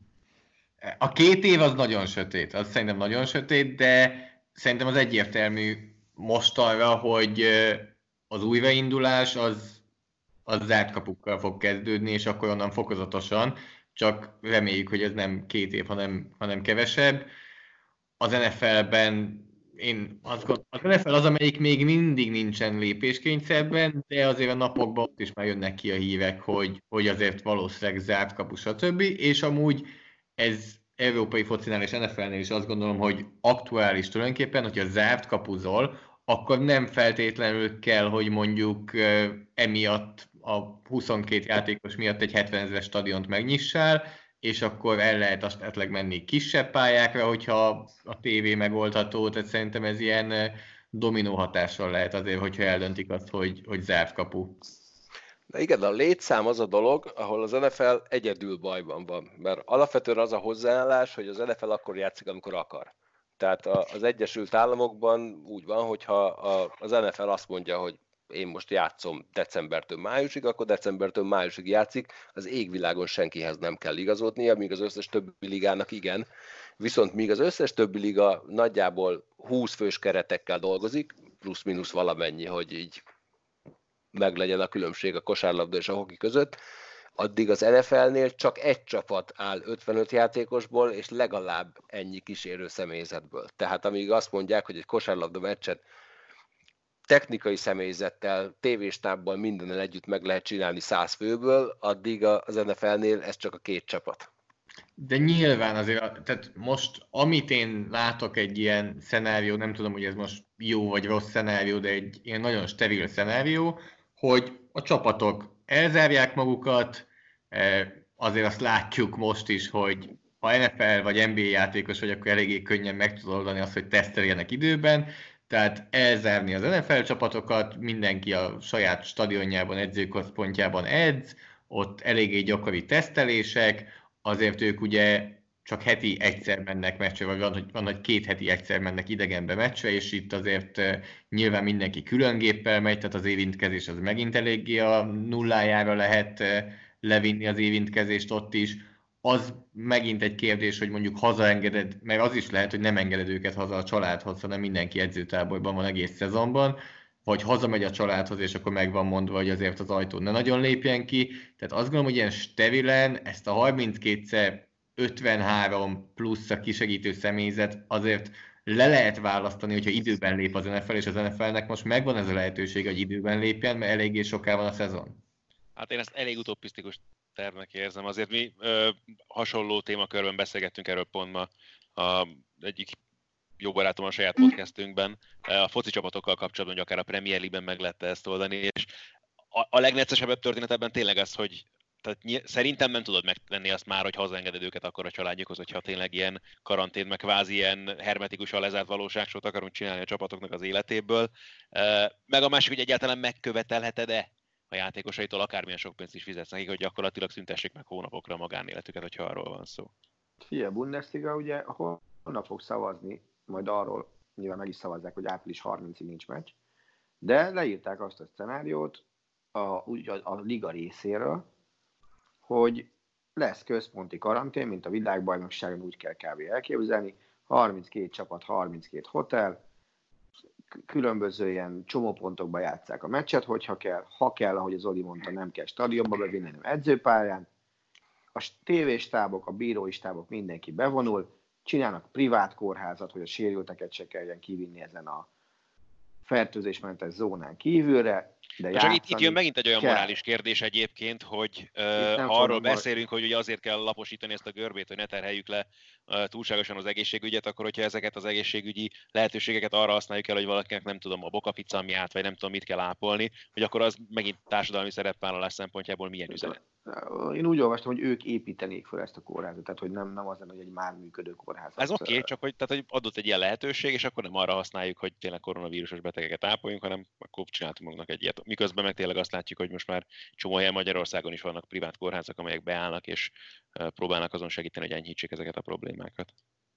A két év az nagyon sötét, az szerintem nagyon sötét, de szerintem az egyértelmű mostanra, hogy az újraindulás az, az zárt kapukkal fog kezdődni, és akkor onnan fokozatosan, csak reméljük, hogy ez nem két év, hanem, hanem kevesebb. Az en ef el-ben én azt gondolom, az en ef el az, amelyik még mindig nincsen lépéskényszerben, de azért a napokban ott is már jönnek ki a hírek, hogy, hogy azért valószínűleg zárt kapu, stb. És amúgy ez európai focinál és en ef el-nél is azt gondolom, hogy aktuális tulajdonképpen, hogyha zárt kapuzol, akkor nem feltétlenül kell, hogy mondjuk emiatt a huszonkét játékos miatt egy hetvenezres stadiont megnyissál, és akkor el lehet azt esetleg menni kisebb pályákra, hogyha a tévé megoldható, tehát szerintem ez ilyen dominó hatással lehet azért, hogyha eldöntik azt, hogy, hogy zárt kapu. Na igen, a létszám az a dolog, ahol az en ef el egyedül bajban van, mert alapvetően az a hozzáállás, hogy az en ef el akkor játszik, amikor akar. Tehát az Egyesült Államokban úgy van, hogyha az en ef el azt mondja, hogy én most játszom decembertől májusig, akkor decembertől májusig játszik, az égvilágon senkihez nem kell igazodnia, míg az összes többi ligának igen. Viszont míg az összes többi liga nagyjából húsz fős keretekkel dolgozik, plusz-minusz valamennyi, hogy így meglegyen a különbség a kosárlabda és a hoki között, addig az en ef el-nél csak egy csapat áll ötvenöt játékosból, és legalább ennyi kísérő személyzetből. Tehát amíg azt mondják, hogy egy kosárlabda meccset technikai személyzettel, tévéstábbal, mindennel együtt meg lehet csinálni száz főből, addig az en ef el-nél ez csak a két csapat. De nyilván azért, tehát most amit én látok egy ilyen szenárió, nem tudom, hogy ez most jó vagy rossz szenárió, de egy ilyen nagyon steril szenárió, hogy a csapatok elzárják magukat, azért azt látjuk most is, hogy ha en ef el vagy en bé á játékos vagy, akkor eléggé könnyen meg tud oldani azt, hogy teszteljenek időben, tehát elzárni az en ef el csapatokat, mindenki a saját stadionjában, edzőközpontjában edz, ott eléggé gyakori tesztelések, azért ők ugye csak heti egyszer mennek meccsre, vagy van, hogy, van, hogy két heti egyszer mennek idegenbe meccsre, és itt azért uh, nyilván mindenki külön géppel megy, tehát az évintkezés az megint eléggé a nullájára lehet uh, levinni az évintkezést ott is. Az megint egy kérdés, hogy mondjuk hazaengeded, mert az is lehet, hogy nem engeded őket haza a családhoz, hanem mindenki edzőtáborban van egész szezonban, vagy hazamegy a családhoz, és akkor meg van mondva, hogy azért az ajtón ne nagyon lépjen ki. Tehát azt gondolom, hogy ilyen sterilen ezt a harminckétszer ötvenhárom plusz a kisegítő személyzet azért le lehet választani, hogyha időben lép az en ef el, és az en ef el-nek most megvan ez a lehetőség, hogy időben lépjen, mert eléggé soká van a szezon. Hát én ezt elég utopisztikus tervnek érzem. Azért mi ö, hasonló témakörben beszélgettünk erről pont ma a egyik jó barátom a saját podcastünkben, a foci csapatokkal kapcsolatban, hogy akár a Premier League-ben meg lehet ezt oldani, és a, a legneccesebb történet ebben tényleg az, hogy tehát ny- szerintem nem tudod megtenni azt már, hogy hazaengeded őket akkor a családjukhoz, hogyha tényleg ilyen karantén, meg kvázi ilyen hermetikusan lezárt valóságsót akarunk csinálni a csapatoknak az életéből. Meg a másik, hogy egyáltalán megkövetelheted-e a játékosaitól, akármilyen sok pénzt is fizetsz nekik, hogy gyakorlatilag szüntessék meg hónapokra a magánéletüket, hogyha arról van szó. Fia, Bundesliga ugye holnap fog szavazni, majd arról nyilván meg is szavazzák, hogy április harmincadikáig nincs meccs, de leírták azt a szenáriót a, a, a liga részéről, hogy lesz központi karantén, mint a világbajnokságon, úgy kell kb. Elképzelni, harminckét csapat, harminckét hotel, különböző ilyen csomópontokban játsszák a meccset, hogyha kell, ha kell, ahogy az Oli mondta, nem kell stadionba bevinni, hanem edzőpályán, a tévéstábok, a bírói stábok, mindenki bevonul, csinálnak privát kórházat, hogy a sérülteket se kelljen kivinni ezen a fertőzésmentes zónán kívülre, de csak itt, itt jön megint egy olyan kell. Morális kérdés egyébként, hogy uh, ha arról beszélünk, hogy ugye azért kell laposítani ezt a görbét, hogy ne terheljük le uh, túlságosan az egészségügyet, akkor hogyha ezeket az egészségügyi lehetőségeket arra használjuk el, hogy valakinek nem tudom, a bokapicamját, vagy nem tudom mit kell ápolni, hogy akkor az megint társadalmi szerepvállalás szempontjából milyen üzenet? Én úgy olvastam, hogy ők építenék fel ezt a kórházat, tehát hogy nem, nem az lenne, hogy egy már működő kórház. Ez oké, okay, csak hogy, tehát, hogy adott egy ilyen lehetőség, és akkor nem arra használjuk, hogy tényleg koronavírusos betegeket ápoljunk, hanem akkor csináltunk magunknak egy ilyet. Miközben meg tényleg azt látjuk, hogy most már csomó helyen Magyarországon is vannak privát kórházak, amelyek beállnak, és próbálnak azon segíteni, hogy enyhítsék ezeket a problémákat.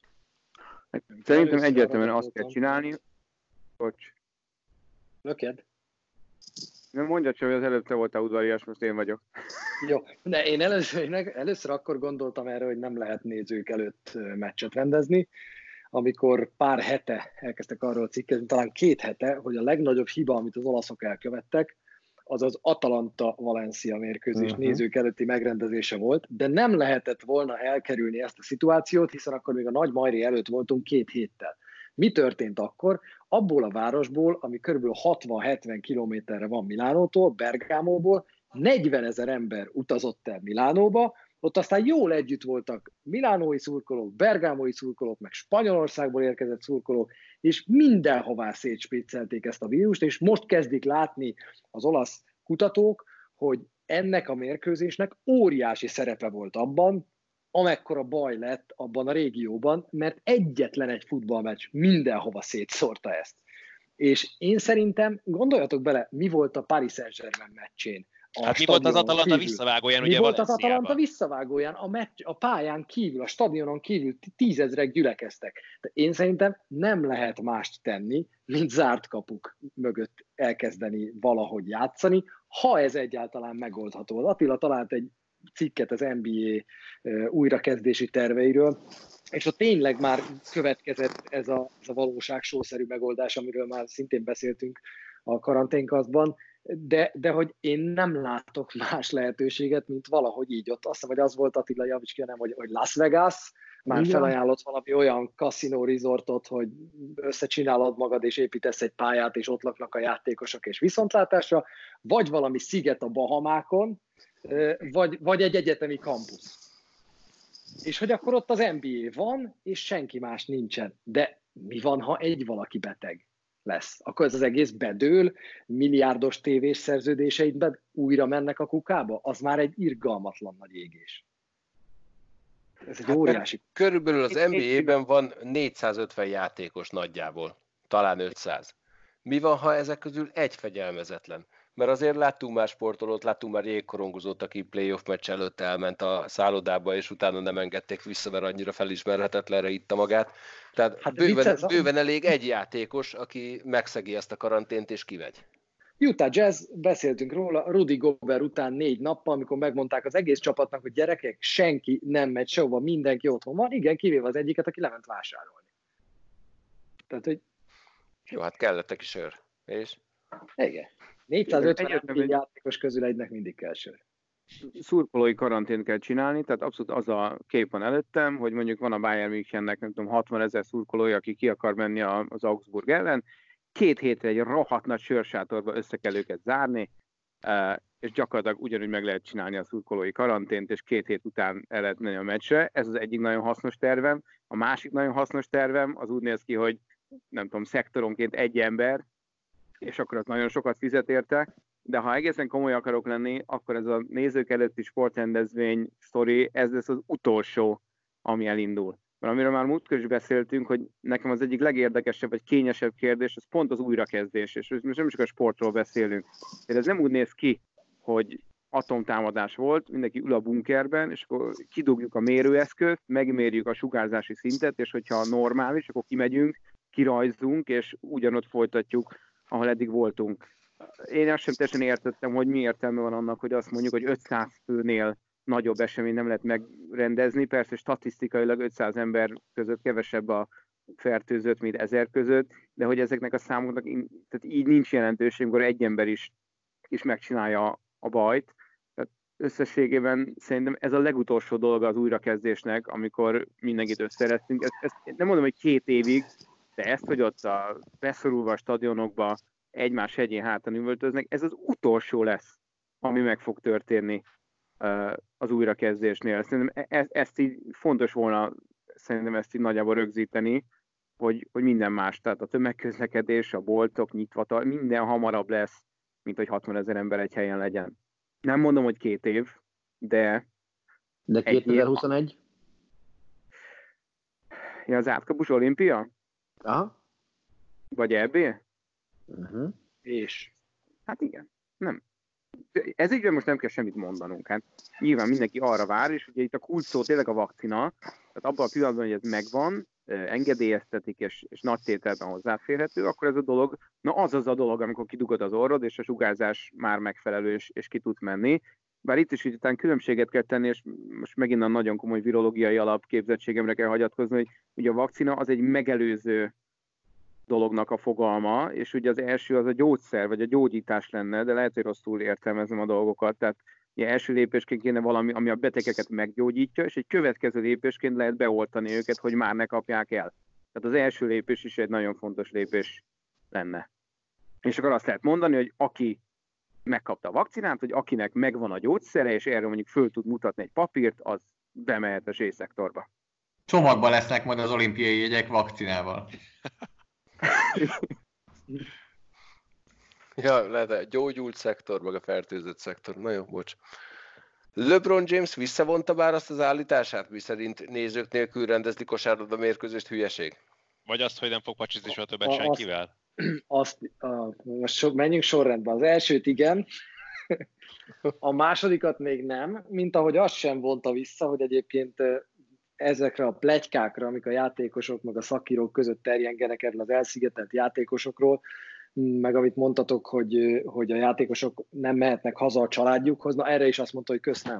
Szerintem egyértelműen azt kell csinálni, hogy... Löked? Nem mondja csak, hogy az előbb te voltál udvarias, most én vagyok. Jó, de én először, először akkor gondoltam erre, hogy nem lehet nézők előtt meccset rendezni, amikor pár hete elkezdtek arról cikkezni, talán két hete, hogy a legnagyobb hiba, amit az olaszok elkövettek, az az Atalanta-Valencia mérkőzés uh-huh. nézők előtti megrendezése volt, de nem lehetett volna elkerülni ezt a szituációt, hiszen akkor még a Nagy Majri előtt voltunk két héttel. Mi történt akkor? Abból a városból, ami kb. hatvan-hetven kilométerre van Milánótól, Bergámóból, negyvenezer ember utazott el Milánóba, ott aztán jól együtt voltak milánói szurkolók, bergámói szurkolók, meg Spanyolországból érkezett szurkolók, és mindenhová szétspiccelték ezt a vírust, és most kezdik látni az olasz kutatók, hogy ennek a mérkőzésnek óriási szerepe volt abban, amekkora baj lett abban a régióban, mert egyetlen egy futballmeccs mindenhova szétszórta ezt. És én szerintem, gondoljatok bele, mi volt a Paris Saint-Germain meccsén. Hát mi volt az Atalanta visszavágóján, mi ugye volt az Valenciában? Atalanta visszavágóján, a, meccs, a pályán kívül, a stadionon kívül tízezrek gyülekeztek. De én szerintem nem lehet mást tenni, mint zárt kapuk mögött elkezdeni valahogy játszani, ha ez egyáltalán megoldható. Az Attila talált egy cikket az en bé á újrakezdési terveiről, és ott tényleg már következett ez a, ez a valóságsószerű megoldás, amiről már szintén beszéltünk a karanténkasztban, de, de hogy én nem látok más lehetőséget, mint valahogy így ott. Azt hiszem, hogy az volt Attila, javíts ki, nem, hogy, hogy Las Vegas, már igen, felajánlott valami olyan kaszinó resortot, hogy összecsinálod magad, és építesz egy pályát, és ott laknak a játékosok, és viszontlátásra, vagy valami sziget a Bahamákon, vagy, vagy egy egyetemi kampusz. És hogy akkor ott az en bé á van, és senki más nincsen. De mi van, ha egy valaki beteg lesz? Akkor ez az egész bedől, milliárdos tévés szerződéseidben újra mennek a kukába? Az már egy irgalmatlan nagy égés. Ez egy hát óriási. Körülbelül az en bé á-ben van négyszázötven játékos nagyjából, talán ötszáz. Mi van, ha ezek közül egy fegyelmezetlen? Mert azért láttunk már sportolót, láttunk már jégkorongozót, aki playoff meccs előtt elment a szállodába, és utána nem engedték vissza, mert annyira felismerhetetlenre itta magát. Tehát hát bőven, bőven elég egy játékos, aki megszegi ezt a karantént és kivegy. Utah Jazz, beszéltünk róla, Rudy Gobert után négy nappal, amikor megmondták az egész csapatnak, hogy gyerekek, senki nem megy sehova, mindenki otthon van, igen, kivéve az egyiket, aki lement vásárolni. Tehát, hogy... Jó, hát kellett egy sör. És? Igen. négyszázötven játékos közül egynek mindig kell sör. Szurkolói karantént kell csinálni, tehát abszolút az a kép van előttem, hogy mondjuk van a Bayern Münchennek, nem tudom, hatvan ezer szurkolója, aki ki akar menni az Augsburg ellen, két hétre egy rohadt nagy sörsátorba össze kell őket zárni, és gyakorlatilag ugyanúgy meg lehet csinálni a szurkolói karantént, és két hét után el lehet menni a meccsre. Ez az egyik nagyon hasznos tervem. A másik nagyon hasznos tervem az úgy néz ki, hogy nem tudom, szektoronként egy ember, és akkor az nagyon sokat fizet érte, de ha egészen komoly akarok lenni, akkor ez a nézők előtti sportrendezvény sztori, ez lesz az utolsó, ami elindul. Mert amiről már múltkor is beszéltünk, hogy nekem az egyik legérdekesebb, vagy kényesebb kérdés, az pont az újrakezdés, és most nem csak a sportról beszélünk. De ez nem úgy néz ki, hogy atomtámadás volt, mindenki ül a bunkerben, és akkor kidugjuk a mérőeszközt, megmérjük a sugárzási szintet, és hogyha normális, akkor kimegyünk, kirajzunk, és ugyanott folytatjuk, ahol eddig voltunk. Én azt sem teljesen értettem, hogy mi értelme van annak, hogy azt mondjuk, hogy ötszáz főnél nagyobb esemény nem lehet megrendezni. Persze statisztikailag ötszáz ember között kevesebb a fertőzött, mint ezer között, de hogy ezeknek a számoknak tehát így nincs jelentőség, amikor egy ember is, is megcsinálja a bajt. Tehát összességében szerintem ez a legutolsó dolga az újrakezdésnek, amikor mindenkit összeresztünk. Ezt, ezt nem mondom, hogy két évig, de ezt, hogy ott a beszorulva a stadionokba egymás hegyén hátán üvöltöznek, ez az utolsó lesz, ami meg fog történni az újrakezdésnél. Szerintem e- ezt így fontos volna szerintem ezt így nagyjából rögzíteni, hogy, hogy minden más, tehát a tömegközlekedés, a boltok nyitva, minden hamarabb lesz, mint hogy hatvanezer ember egy helyen legyen. Nem mondom, hogy két év, de... De kétezer-huszonegy? Ja, az átkapus olimpia? Aha. Vagy é bé? Uh-huh. És? Hát igen, nem. Ez így most nem kell semmit mondanunk. Hát nyilván mindenki arra vár, és ugye itt a kulcs szó tényleg a vakcina, tehát abban a pillanatban, hogy ez megvan, engedélyeztetik, és, és nagy tételben hozzáférhető, akkor ez a dolog, na az az a dolog, amikor kidugod az orrod, és a sugárzás már megfelelő, és, és ki tudsz menni. Bár itt is után különbséget kell tenni, és most megint a nagyon komoly virológiai alapképzettségemre kell hagyatkozni, hogy ugye a vakcina az egy megelőző dolognak a fogalma, és ugye az első az a gyógyszer, vagy a gyógyítás lenne, de lehet, hogy rosszul értelmezem a dolgokat, tehát ugye első lépésként kéne valami, ami a betegeket meggyógyítja, és egy következő lépésként lehet beoltani őket, hogy már ne kapják el. Tehát az első lépés is egy nagyon fontos lépés lenne. És akkor azt lehet mondani, hogy aki megkapta a vakcinát, hogy akinek megvan a gyógyszere, és erről mondjuk föl tud mutatni egy papírt, az bemehet a zsészektorba. Csomagban lesznek majd az olimpiai jegyek vakcinával. Ja, lehet a gyógyult szektor, meg a fertőzött szektor. Na jó, bocs. LeBron James visszavonta bár azt az állítását, miszerint nézők nélkül rendezni kosárlabda mérkőzést hülyeség? Vagy azt, hogy nem fog pacsizni soha többet senkivel? Azt, a, most so, menjünk sorrendben. Az elsőt igen, a másodikat még nem, mint ahogy azt sem vonta vissza, hogy egyébként ezekre a pletykákra, amik a játékosok meg a szakírók között terjengenek erről az elszigetelt játékosokról, meg amit mondtatok, hogy, hogy a játékosok nem mehetnek haza a családjukhoz, na erre is azt mondta, hogy kösz nem.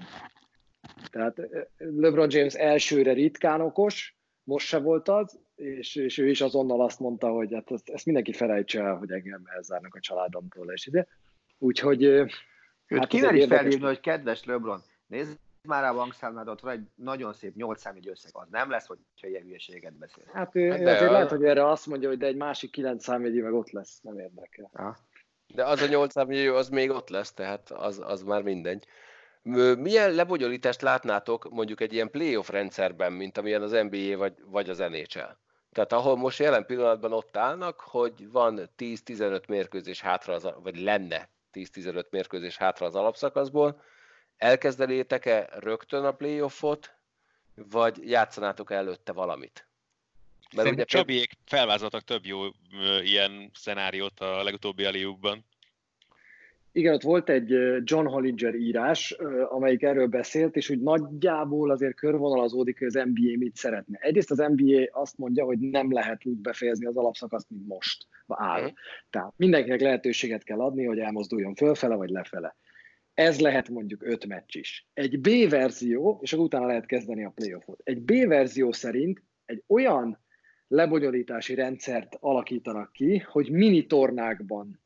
Tehát LeBron James elsőre ritkán okos, most se volt az, és, és ő is azonnal azt mondta, hogy hát ezt, ezt mindenki felejtse el, hogy engem elzárnak a családomtól. És ide. Úgyhogy... Hát kivel is felhívni, hogy kedves LeBron, nézd már a bankszámládat, van egy nagyon szép nyolc számjegyű összeg, az nem lesz, hogyha ilyen hülyeséget beszél. Hát ő, hát ő azért a... lehet, hogy erre azt mondja, hogy de egy másik kilenc számjegyű meg ott lesz, nem érdekel. Ha. De az a nyolc számjegyű, az még ott lesz, tehát az, az már mindegy. Milyen lebonyolítást látnátok mondjuk egy ilyen playoff rendszerben, mint amilyen az en bé á vagy, vagy az en há el? Tehát ahol most jelen pillanatban ott állnak, hogy van tíz-tizenöt mérkőzés hátra, az, vagy lenne tíz-tizenöt mérkőzés hátra az alapszakaszból, elkezdenétek-e rögtön a playoffot, vagy játszanátok előtte valamit? Mert ugye Csabiék felvázoltak több jó ö, ilyen szenáriót a legutóbbi alley-oopban. Igen, ott volt egy John Hollinger írás, amelyik erről beszélt, és úgy nagyjából azért körvonalazódik, hogy az en bé á mit szeretne. Egyrészt az en bé á azt mondja, hogy nem lehet úgy befejezni az alapszakaszt, mint most áll. Mm. Tehát mindenkinek lehetőséget kell adni, hogy elmozduljon fölfele vagy lefele. Ez lehet mondjuk öt meccs is. Egy B verzió, és akkor utána lehet kezdeni a playoffot. Egy B verzió szerint egy olyan lebonyolítási rendszert alakítanak ki, hogy mini tornákban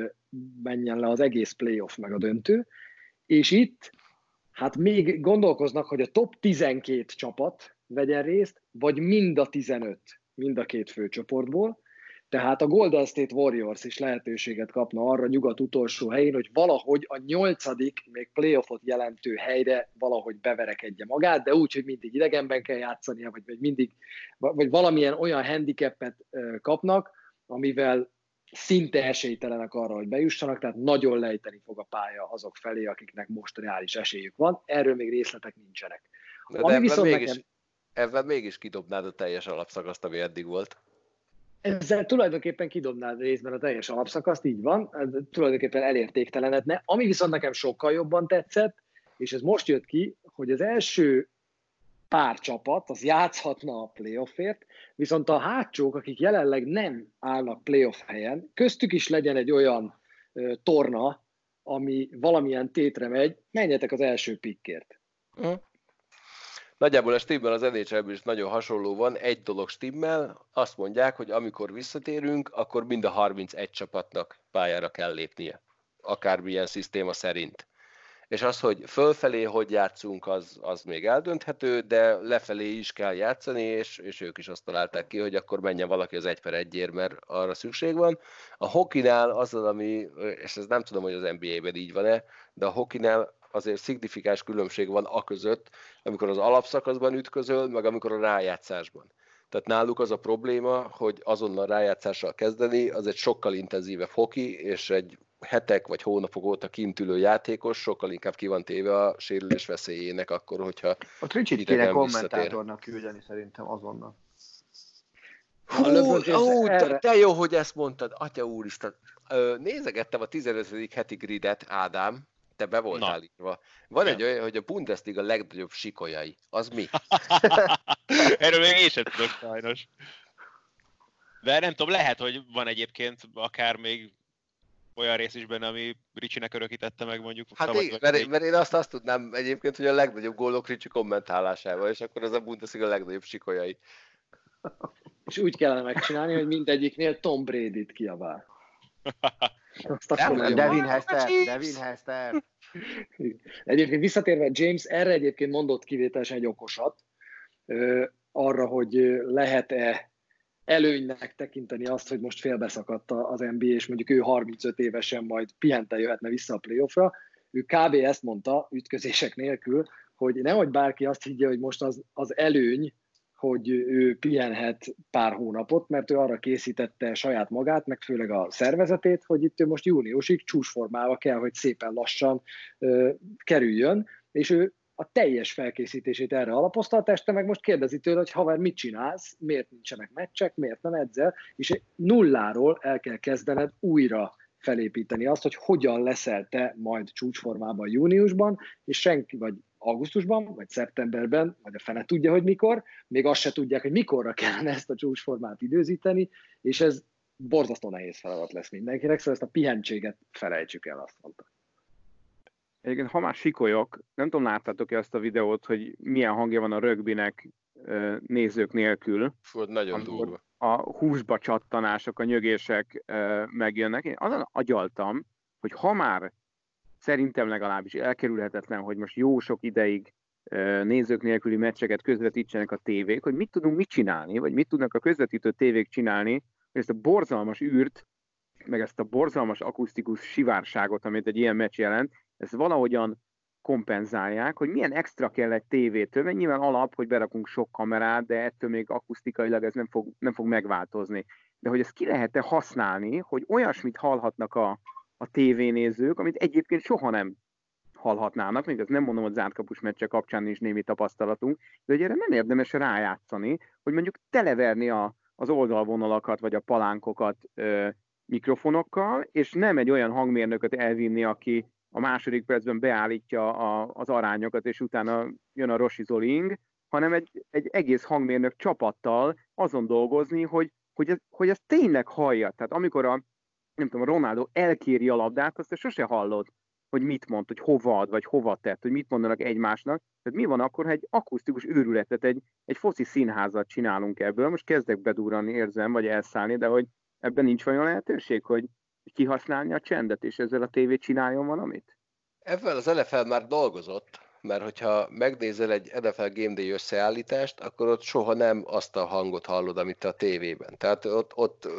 menjen le az egész playoff meg a döntő, és itt hát még gondolkoznak, hogy a top tizenkét csapat vegyen részt, vagy mind a tizenöt, mind a két főcsoportból, tehát a Golden State Warriors is lehetőséget kapna arra nyugat utolsó helyén, hogy valahogy a nyolcadik, még playoffot jelentő helyre valahogy beverekedje magát, de úgy, hogy mindig idegenben kell játszania, vagy, vagy mindig, vagy valamilyen olyan handicapet kapnak, amivel szinte esélytelenek arra, hogy bejussanak, tehát nagyon lejteni fog a pálya azok felé, akiknek most reális esélyük van. Erről még részletek nincsenek. De, de ebben, mégis, nekem... ebben mégis kidobnád a teljes alapszakaszt, ami eddig volt. Ezzel tulajdonképpen kidobnád részben a teljes alapszakaszt, így van, ez tulajdonképpen elértéktelenedne. Ami viszont nekem sokkal jobban tetszett, és ez most jött ki, hogy az első pár csapat, az játszhatna a playoffért, viszont a hátsók, akik jelenleg nem állnak playoff helyen, köztük is legyen egy olyan ö, torna, ami valamilyen tétre megy, menjetek az első pikkért. Uh. Nagyjából a stimmel az en há el-ben is nagyon hasonló van, egy dolog stimmel, azt mondják, hogy amikor visszatérünk, akkor mind a harmincegy csapatnak pályára kell lépnie, akármilyen szisztéma szerint. És az, hogy fölfelé hogy játszunk, az, az még eldönthető, de lefelé is kell játszani, és, és ők is azt találták ki, hogy akkor menjen valaki az egy per egyért, mert arra szükség van. A hokkinál az az, ami, és ez nem tudom, hogy az en bé á-ben így van-e, de a hokkinál azért szignifikáns különbség van a között, amikor az alapszakaszban ütközöl, meg amikor a rájátszásban. Tehát náluk az a probléma, hogy azonnal rájátszással kezdeni, az egy sokkal intenzívebb hoki, és egy hetek vagy hónapok óta kint ülő játékos sokkal inkább ki van téve a sérülés veszélyének akkor, hogyha ott Ricsit kéne kommentátornak küldeni szerintem azonnal. Hú, ó, te, te jó, hogy ezt mondtad, atya úristen. Nézegettem a tizenötödik heti gridet, Ádám, te be voltál írva. Van ja. egy olyan, hogy a Bundesliga legnagyobb sikolyai. Az mi? Erről még én sem tudok sajnos. De nem tudom, lehet, hogy van egyébként akár még olyan rész is benne, ami Ricsinek örökítette meg mondjuk. Hát én, mert, mert én azt, azt tudnám egyébként, hogy a legnagyobb gólok Ricsi kommentálásával, és akkor az a Bundesliga a legnagyobb sikolyai. És úgy kellene megcsinálni, hogy mindegyiknél Tom Brady-t kiabál. Devin Hester, Devin Hester. Egyébként visszatérve, James erre egyébként mondott kivételesen egy okosat, arra, hogy lehet-e előnynek tekinteni azt, hogy most félbeszakadt az en bé á, és mondjuk ő harmincöt évesen majd pihenten jöhetne vissza a playoffra. Ő kb. Ezt mondta, ütközések nélkül, hogy nehogy bárki azt higgye, hogy most az, az előny, hogy ő pihenhet pár hónapot, mert ő arra készítette saját magát, meg főleg a szervezetét, hogy itt ő most júniusig csúcsformába kell, hogy szépen lassan ö, kerüljön, és ő a teljes felkészítését erre alapozta, a teste meg most kérdezi tőle, hogy haver, mit csinálsz, miért nincsenek meccsek, miért nem edzel, és nulláról el kell kezdened újra felépíteni azt, hogy hogyan leszel te majd csúcsformában júniusban, és senki, vagy augusztusban, vagy szeptemberben, vagy a fene tudja, hogy mikor, még azt se tudják, hogy mikorra kellene ezt a csúcsformát időzíteni, és ez borzasztó nehéz feladat lesz mindenkinek, szóval ezt a pihentséget felejtsük el, azt mondta. Egyébként, ha már sikolyok, nem tudom, láttátok-e azt a videót, hogy milyen hangja van a rögbinek nézők nélkül. Ford, nagyon durva. A húsba csattanások, a nyögések megjönnek. Én azon agyaltam, hogy ha már szerintem legalábbis elkerülhetetlen, hogy most jó sok ideig nézők nélküli meccseket közvetítsenek a tévék, hogy mit tudunk mit csinálni, vagy mit tudnak a közvetítő tévék csinálni, hogy ezt a borzalmas űrt, meg ezt a borzalmas akusztikus sivárságot, amit egy ilyen meccs jelent, ezt valahogyan kompenzálják, hogy milyen extra kell egy tévétől, mert nyilván alap, hogy berakunk sok kamerát, de ettől még akusztikailag ez nem fog, nem fog megváltozni. De hogy ezt ki lehet-e használni, hogy olyasmit hallhatnak a, a tévénézők, amit egyébként soha nem hallhatnának, még ezt nem mondom, hogy zártkapus meccse kapcsán is némi tapasztalatunk, de hogy erre nem érdemes rájátszani, hogy mondjuk televerni a, az oldalvonalakat, vagy a palánkokat ö, mikrofonokkal, és nem egy olyan hangmérnököt elvinni, aki a második percben beállítja a, az arányokat, és utána jön a Rossi Zoling, hanem egy, egy egész hangmérnök csapattal azon dolgozni, hogy, hogy, ez, hogy ez tényleg hallja. Tehát amikor a, nem tudom, a Ronaldo elkéri a labdát, azt te sose hallod, hogy mit mond, hogy hova ad, vagy hova tett, hogy mit mondanak egymásnak. Tehát mi van akkor, ha egy akusztikus őrületet, egy, egy foci színházat csinálunk ebből? Most kezdek bedurrani, érzem, vagy elszállni, de hogy ebben nincs olyan lehetőség, hogy kihasználni a csendet, és ezzel a tévé csináljon valamit? Ebben az en ef el már dolgozott, mert hogyha megnézel egy en ef el Game Day összeállítást, akkor ott soha nem azt a hangot hallod, amit a tévében. Tehát ott, ott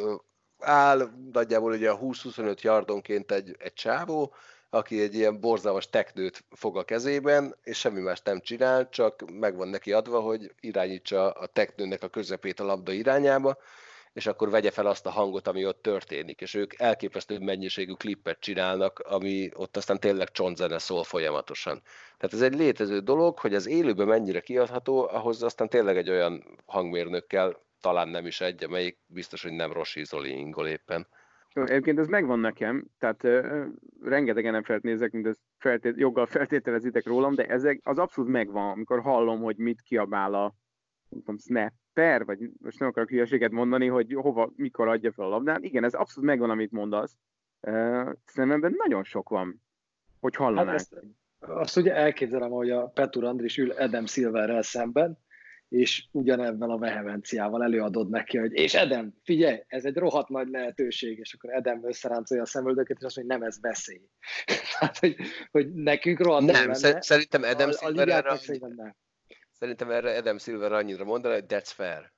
áll nagyjából ugye a húsz-huszonöt yardonként egy, egy csávó, aki egy ilyen borzalmas teknőt fog a kezében, és semmi más nem csinál, csak meg van neki adva, hogy irányítsa a teknőnek a közepét a labda irányába, és akkor vegye fel azt a hangot, ami ott történik. És ők elképesztő mennyiségű klippet csinálnak, ami ott aztán tényleg csontzene szól folyamatosan. Tehát ez egy létező dolog, hogy az élőben mennyire kiadható, ahhoz aztán tényleg egy olyan hangmérnökkel, talán nem is egy, amelyik biztos, hogy nem Rossi Zoli ingol éppen. Egyébként ez megvan nekem, tehát uh, rengeteg en ef el-t nézek, mint ezt feltét, joggal feltételezitek rólam, de ezek az abszolút megvan, amikor hallom, hogy mit kiabál a tudom, snapper, vagy most nem akarok hülyeséget mondani, hogy hova, mikor adja fel a labdát. Igen, ez abszolút megvan, amit mondasz. Uh, Szerintem nagyon sok van, hogy hallanák. Hát ezt, azt ugye elképzelem, hogy a Petur Andris ül Adam Silverrel szemben, és ugyanebben a vehemenciával előadod neki, hogy és Adam, figyelj, ez egy rohadt nagy lehetőség, és akkor Adam összeráncolja a szemöldöket, és azt mondja, hogy nem, ez veszély. Tehát, hogy, hogy nekünk rohadt nem, lenne. Szerintem Adam a, Silver a erre annyira, szerintem erre Adam Silver annyira mondaná, hogy that's fair.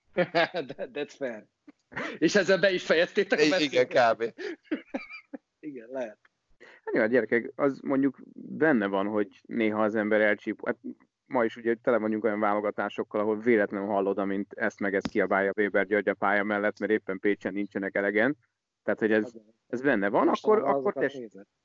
That's fair. És ezzel be is fejeztétek a beszélgetést. Igen, kb. Igen, lehet. Hát jó, gyerekek, az mondjuk benne van, hogy néha az ember elcsíp. Hát ma is ugye tele vagyunk olyan válogatásokkal, ahol véletlenül hallod, amint ezt meg ezt kiabálja Weber György a pálya mellett, mert éppen Pécsen nincsenek elegen. Tehát, hogy ez, ez benne van, most akkor, akkor tess...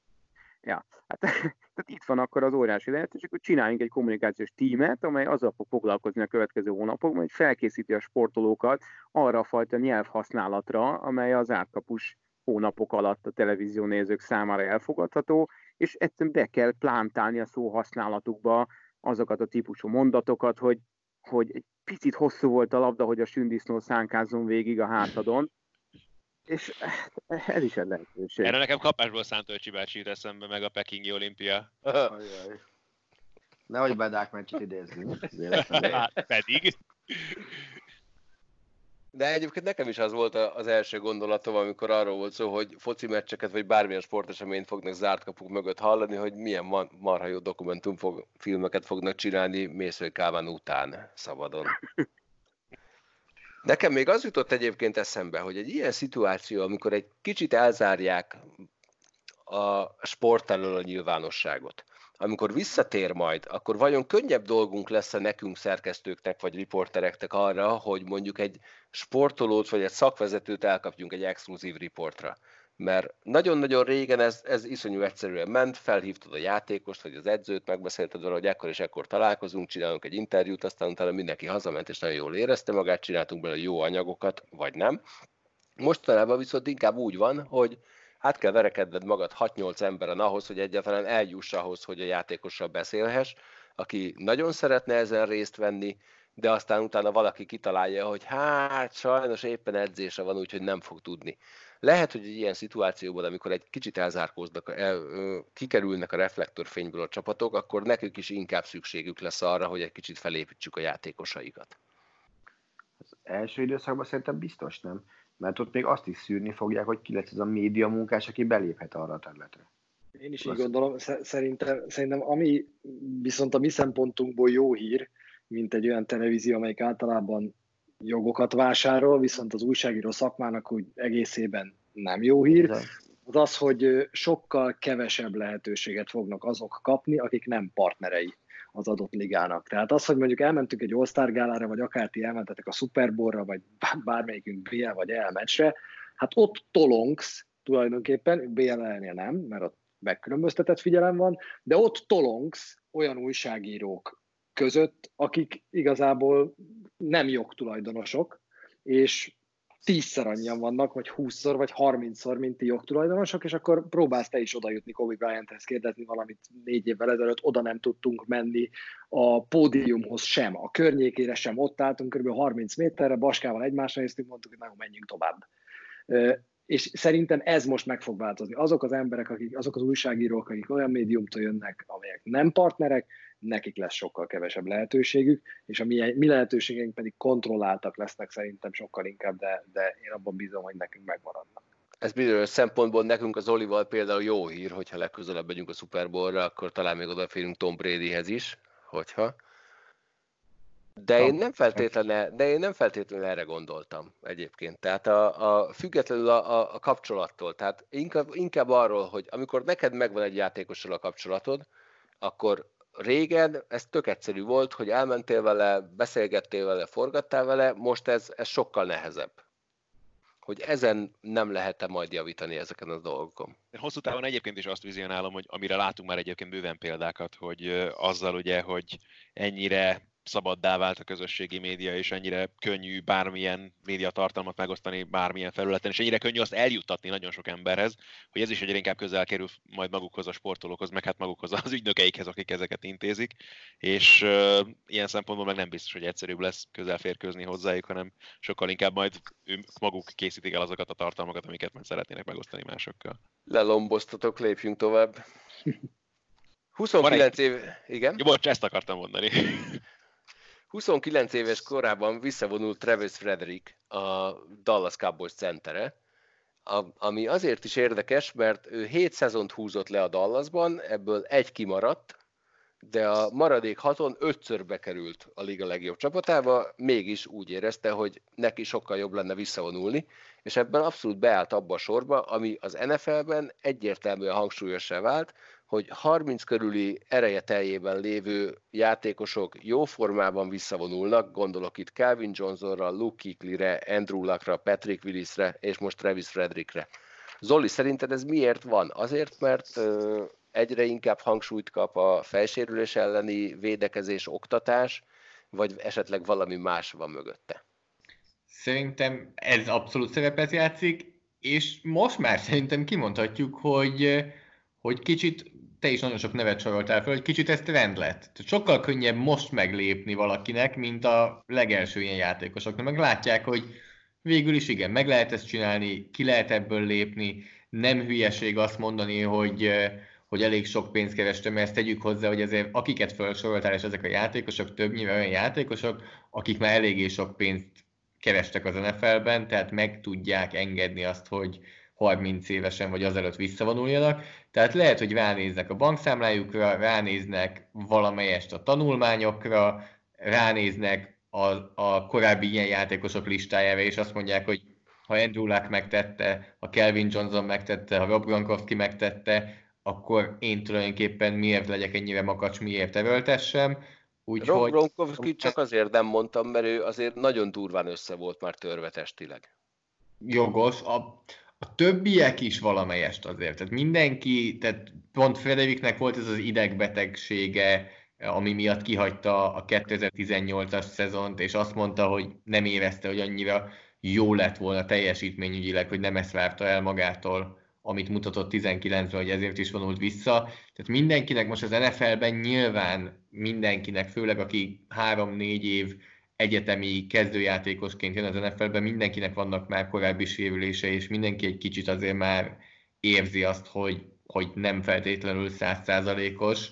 Ja, hát tehát itt van akkor az óriási lehetőség, hogy csináljunk egy kommunikációs tímet, amely azzal fog foglalkozni a következő hónapokban, hogy felkészíti a sportolókat arra a fajta nyelvhasználatra, amely az átkapus hónapok alatt a televízió nézők számára elfogadható, és egyszerűen be kell plántálni a szóhasználatukba azokat a típusú mondatokat, hogy, hogy egy picit hosszú volt a labda, hogy a sündisznó szánkázzon végig a hátadon, és ez is egy lehetőség. Erre nekem kapásból Szántölcsi bácsi jut eszembe, meg a pekingi olimpia. Nehogy Bedák meccset idézni. Hát, pedig. De egyébként nekem is az volt az első gondolatom, amikor arról volt szó, hogy foci meccseket, vagy bármilyen sporteseményt fognak zárt kapuk mögött hallani, hogy milyen marha jó dokumentumfilmeket fognak csinálni Mészői Kálmán után szabadon. Nekem még az jutott egyébként eszembe, hogy egy ilyen szituáció, amikor egy kicsit elzárják a sport elől a nyilvánosságot, amikor visszatér majd, akkor vajon könnyebb dolgunk lesz-e nekünk szerkesztőknek vagy riportereknek arra, hogy mondjuk egy sportolót vagy egy szakvezetőt elkapjunk egy exkluzív riportra. Mert nagyon-nagyon régen ez, ez iszonyú egyszerűen ment, felhívtad a játékost, vagy az edzőt, megbeszélted vele, hogy ekkor és ekkor találkozunk, csinálunk egy interjút, aztán utána mindenki hazament, és nagyon jól érezte magát, csináltunk bele jó anyagokat, vagy nem. Mostanában viszont inkább úgy van, hogy át kell verekedned magad hat-nyolc emberen ahhoz, hogy egyáltalán eljuss ahhoz, hogy a játékossal beszélhess, aki nagyon szeretne ezen részt venni, de aztán utána valaki kitalálja, hogy hát sajnos éppen edzése van, úgyhogy nem fog tudni. Lehet, hogy egy ilyen szituációban, amikor egy kicsit elzárkóznak, el, kikerülnek a reflektorfényből a csapatok, akkor nekük is inkább szükségük lesz arra, hogy egy kicsit felépítsük a játékosaikat. Az első időszakban szerintem biztos nem, mert ott még azt is szűrni fogják, hogy ki lesz ez a média munkás, aki beléphet arra a területre. Én is így gondolom, szerintem, szerintem ami viszont a mi szempontunkból jó hír, mint egy olyan televízió, amelyik általában jogokat vásárol, viszont az újságíró szakmának úgy egészében nem jó hír, az az, hogy sokkal kevesebb lehetőséget fognak azok kapni, akik nem partnerei az adott ligának. Tehát az, hogy mondjuk elmentünk egy All-Star gálára, vagy akár ti elmentetek a Super Bowl-ra, vagy bármelyikünk bé el vagy é el meccsre, hát ott tolongsz tulajdonképpen, bé el-nél nem, mert ott megkülönböztetett figyelem van, de ott tolongsz olyan újságírók között, akik igazából nem jogtulajdonosok, és tízszer annyian vannak, vagy húszszor, vagy harmincszor, mint ti jogtulajdonosok, és akkor próbálsz te is oda jutni Kobe Bryanthez kérdezni valamit négy évvel ezelőtt, oda nem tudtunk menni a pódiumhoz sem, a környékére sem, ott álltunk kb. harminc méterre, Baskával egymásra néztünk, mondtuk, hogy na, menjünk tovább. És szerintem ez most meg fog változni. Azok az emberek, akik, azok az újságírók, akik olyan médiumtól jönnek, amelyek nem partnerek, nekik lesz sokkal kevesebb lehetőségük, és a mi, mi lehetőségeink pedig kontrolláltak lesznek szerintem sokkal inkább, de, de én abban bízom, hogy nekünk megmaradnak. Ez bizonyos szempontból nekünk az Olival például jó hír, hogyha legközelebb megyünk a Super Bowl-ra, akkor talán még odaférünk Tom Bradyhez is, hogyha. De én nem feltétlenül, de én nem feltétlenül erre gondoltam egyébként. Tehát a, a, függetlenül a, a kapcsolattól, tehát inkább, inkább arról, hogy amikor neked megvan egy játékossal a kapcsolatod, akkor régen ez tök egyszerű volt, hogy elmentél vele, beszélgettél vele, forgattál vele, most ez, ez sokkal nehezebb. Hogy ezen nem lehet-e majd javítani ezeken a dolgokon. Hosszú távon egyébként is azt vizionálom, hogy amire látunk már egyébként bőven példákat, hogy azzal ugye, hogy ennyire szabaddá vált a közösségi média, és ennyire könnyű bármilyen médiatartalmat megosztani bármilyen felületen, és ennyire könnyű azt eljuttatni nagyon sok emberhez, hogy ez is egyre inkább közel kerül majd magukhoz a sportolókhoz, meg hát magukhoz az ügynökeikhez, akik ezeket intézik, és uh, ilyen szempontból meg nem biztos, hogy egyszerűbb lesz közel férkőzni hozzájuk, hanem sokkal inkább majd ők maguk készítik el azokat a tartalmakat, amiket majd szeretnének megosztani másokkal. Lelomboztatok, lépjünk tovább. huszonkilenc év... Igen? Jó, bocs, ezt akartam mondani. huszonkilenc éves korában visszavonult Travis Frederick, a Dallas Cowboys centere, ami azért is érdekes, mert ő hét szezont húzott le a Dallasban, ebből egy kimaradt, de a maradék haton ötször bekerült a liga legjobb csapatába, mégis úgy érezte, hogy neki sokkal jobb lenne visszavonulni, és ebben abszolút beállt abba a sorba, ami az en ef el-ben egyértelműen hangsúlyossá vált, hogy harminc körüli ereje teljében lévő játékosok jó formában visszavonulnak, gondolok itt Calvin Johnsonra, Luke Kuechlyre, Andrew Luckra, Patrick Willisre és most Travis Frederickre. Zoli, szerinted ez miért van? Azért, mert ö, egyre inkább hangsúlyt kap a fejsérülés elleni védekezés, oktatás, vagy esetleg valami más van mögötte? Szerintem ez abszolút szerepet játszik, és most már szerintem kimondhatjuk, hogy, hogy kicsit, te is nagyon sok nevet soroltál fel, hogy kicsit ez trend lett. Sokkal könnyebb most meglépni valakinek, mint a legelső ilyen játékosoknak. Meg látják, hogy végül is igen, meg lehet ezt csinálni, ki lehet ebből lépni, nem hülyeség azt mondani, hogy, hogy elég sok pénzt kerestem, mert ezt tegyük hozzá, hogy ezért akiket felsoroltál, és ezek a játékosok többnyire olyan játékosok, akik már eléggé sok pénzt kerestek az en ef el-ben, tehát meg tudják engedni azt, hogy harminc évesen vagy azelőtt visszavonuljanak. Tehát lehet, hogy ránéznek a bankszámlájukra, ránéznek valamelyest a tanulmányokra, ránéznek a, a korábbi ilyen játékosok listájára, és azt mondják, hogy ha Andrew Luck megtette, ha Kelvin Johnson megtette, ha Rob Gronkowski megtette, akkor én tulajdonképpen miért legyek ennyire makacs, miért erőltessem. Úgyhogy... Rob Gronkowski csak azért nem mondtam, mert ő azért nagyon durván össze volt már törve testileg. Jogos. A, a többiek is valamelyest azért. Tehát mindenki, tehát pont Frederiknek volt ez az idegbetegsége, ami miatt kihagyta a kétezer-tizennyolcas szezont, és azt mondta, hogy nem érezte, hogy annyira jó lett volna teljesítményügyileg, hogy nem ezt várta el magától, amit mutatott tizenkilencben, hogy ezért is vonult vissza. Tehát mindenkinek most az en ef el-ben nyilván mindenkinek, főleg aki három-négy év egyetemi kezdőjátékosként jön az en ef el-ben, mindenkinek vannak már korábbi sérülése, és mindenki egy kicsit azért már érzi azt, hogy, hogy nem feltétlenül száz százalékos.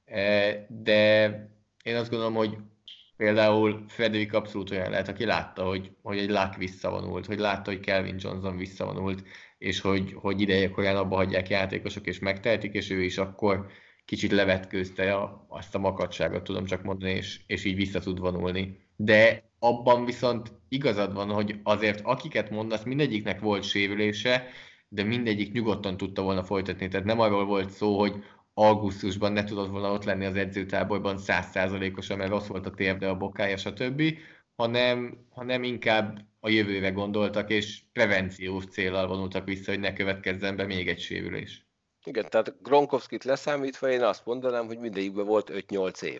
De én azt gondolom, hogy például Frederik abszolút olyan lehet, aki látta, hogy, hogy egy Luck visszavonult, hogy látta, hogy Kelvin Johnson visszavonult, és hogy, hogy ideje korán abba hagyják játékosok, és megtehetik, és ő is akkor kicsit levetkőzte a, azt a makadságot, tudom csak mondani, és, és így vissza tud vonulni. De abban viszont igazad van, hogy azért akiket mondasz, mindegyiknek volt sérülése, de mindegyik nyugodtan tudta volna folytatni. Tehát nem arról volt szó, hogy augusztusban ne tudott volna ott lenni az edzőtáborban száz százalékosan, mert rossz volt a térde, a bokája, stb., hanem, hanem inkább a jövőre gondoltak, és prevenciós céllal vonultak vissza, hogy ne következzen be még egy sérülés. Igen, tehát Gronkowskit leszámítva én azt mondanám, hogy mindegyikben volt öt-nyolc év.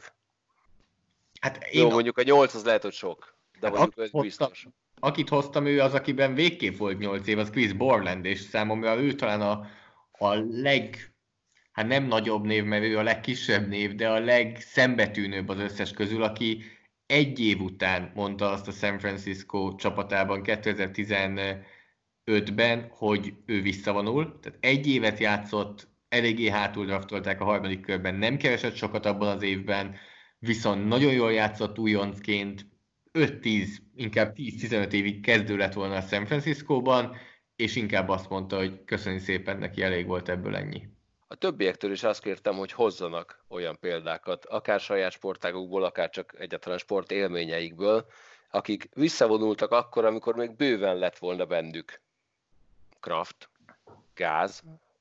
Hát én Jó, mondjuk a nyolc az lehet, hogy sok, de hát mondjuk öt biztos. Akit hoztam, ő az, akiben végképp volt nyolc év, az Chris Borland, és számomra ő talán a, a leg... hát nem nagyobb név, mert ő a legkisebb név, de a legszembetűnőbb az összes közül, aki egy év után mondta azt a San Francisco csapatában kétezer-tizenötben, hogy ő visszavonul. Tehát egy évet játszott, eléggé hátul draftolták a harmadik körben, nem keresett sokat abban az évben, viszont nagyon jól játszott újoncként, öt-tíz, inkább tíz-tizenöt évig kezdő lett volna a San Franciscóban, és inkább azt mondta, hogy köszönjük szépen, neki elég volt ebből ennyi. A többiektől is azt kértem, hogy hozzanak olyan példákat, akár saját sportágokból, akár csak egyáltalán sport élményeikből, akik visszavonultak akkor, amikor még bőven lett volna bennük Kraft, gáz,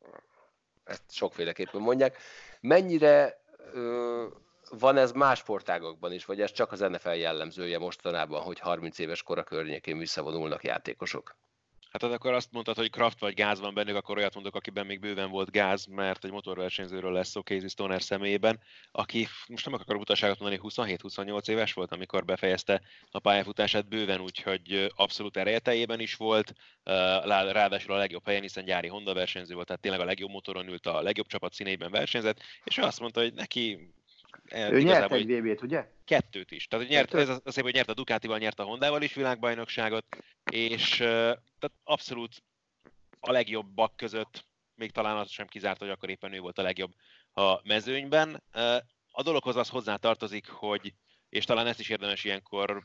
ezt sokféleképpen mondják. Mennyire ö, van ez más sportágokban is, vagy ez csak az en ef el jellemzője mostanában, hogy harminc éves kora környékén visszavonulnak játékosok? Hát akkor azt mondtad, hogy Kraft vagy gáz van bennük, akkor olyat mondok, akiben még bőven volt gáz, mert egy motorversenyzőről lesz szó Casey Stoner személyében, aki most nem akarok utaságot mondani, huszonhét-huszonnyolc éves volt, amikor befejezte a pályafutását bőven, úgyhogy abszolút erejeteljében is volt, ráadásul a legjobb helyen, hiszen gyári Honda versenyző volt, tehát tényleg a legjobb motoron ült, a legjobb csapat színeiben versenyzett, és ő azt mondta, hogy neki... Ő nyert egy vé bét, ugye? Kettőt is. Tehát nyert, ez az, az, hogy nyert a Ducatival, nyert a Hondával is világbajnokságot, és tehát abszolút a legjobbak között, még talán az sem kizárt, hogy akkor éppen ő volt a legjobb a mezőnyben. A dologhoz az hozzá tartozik, hogy, és talán ezt is érdemes ilyenkor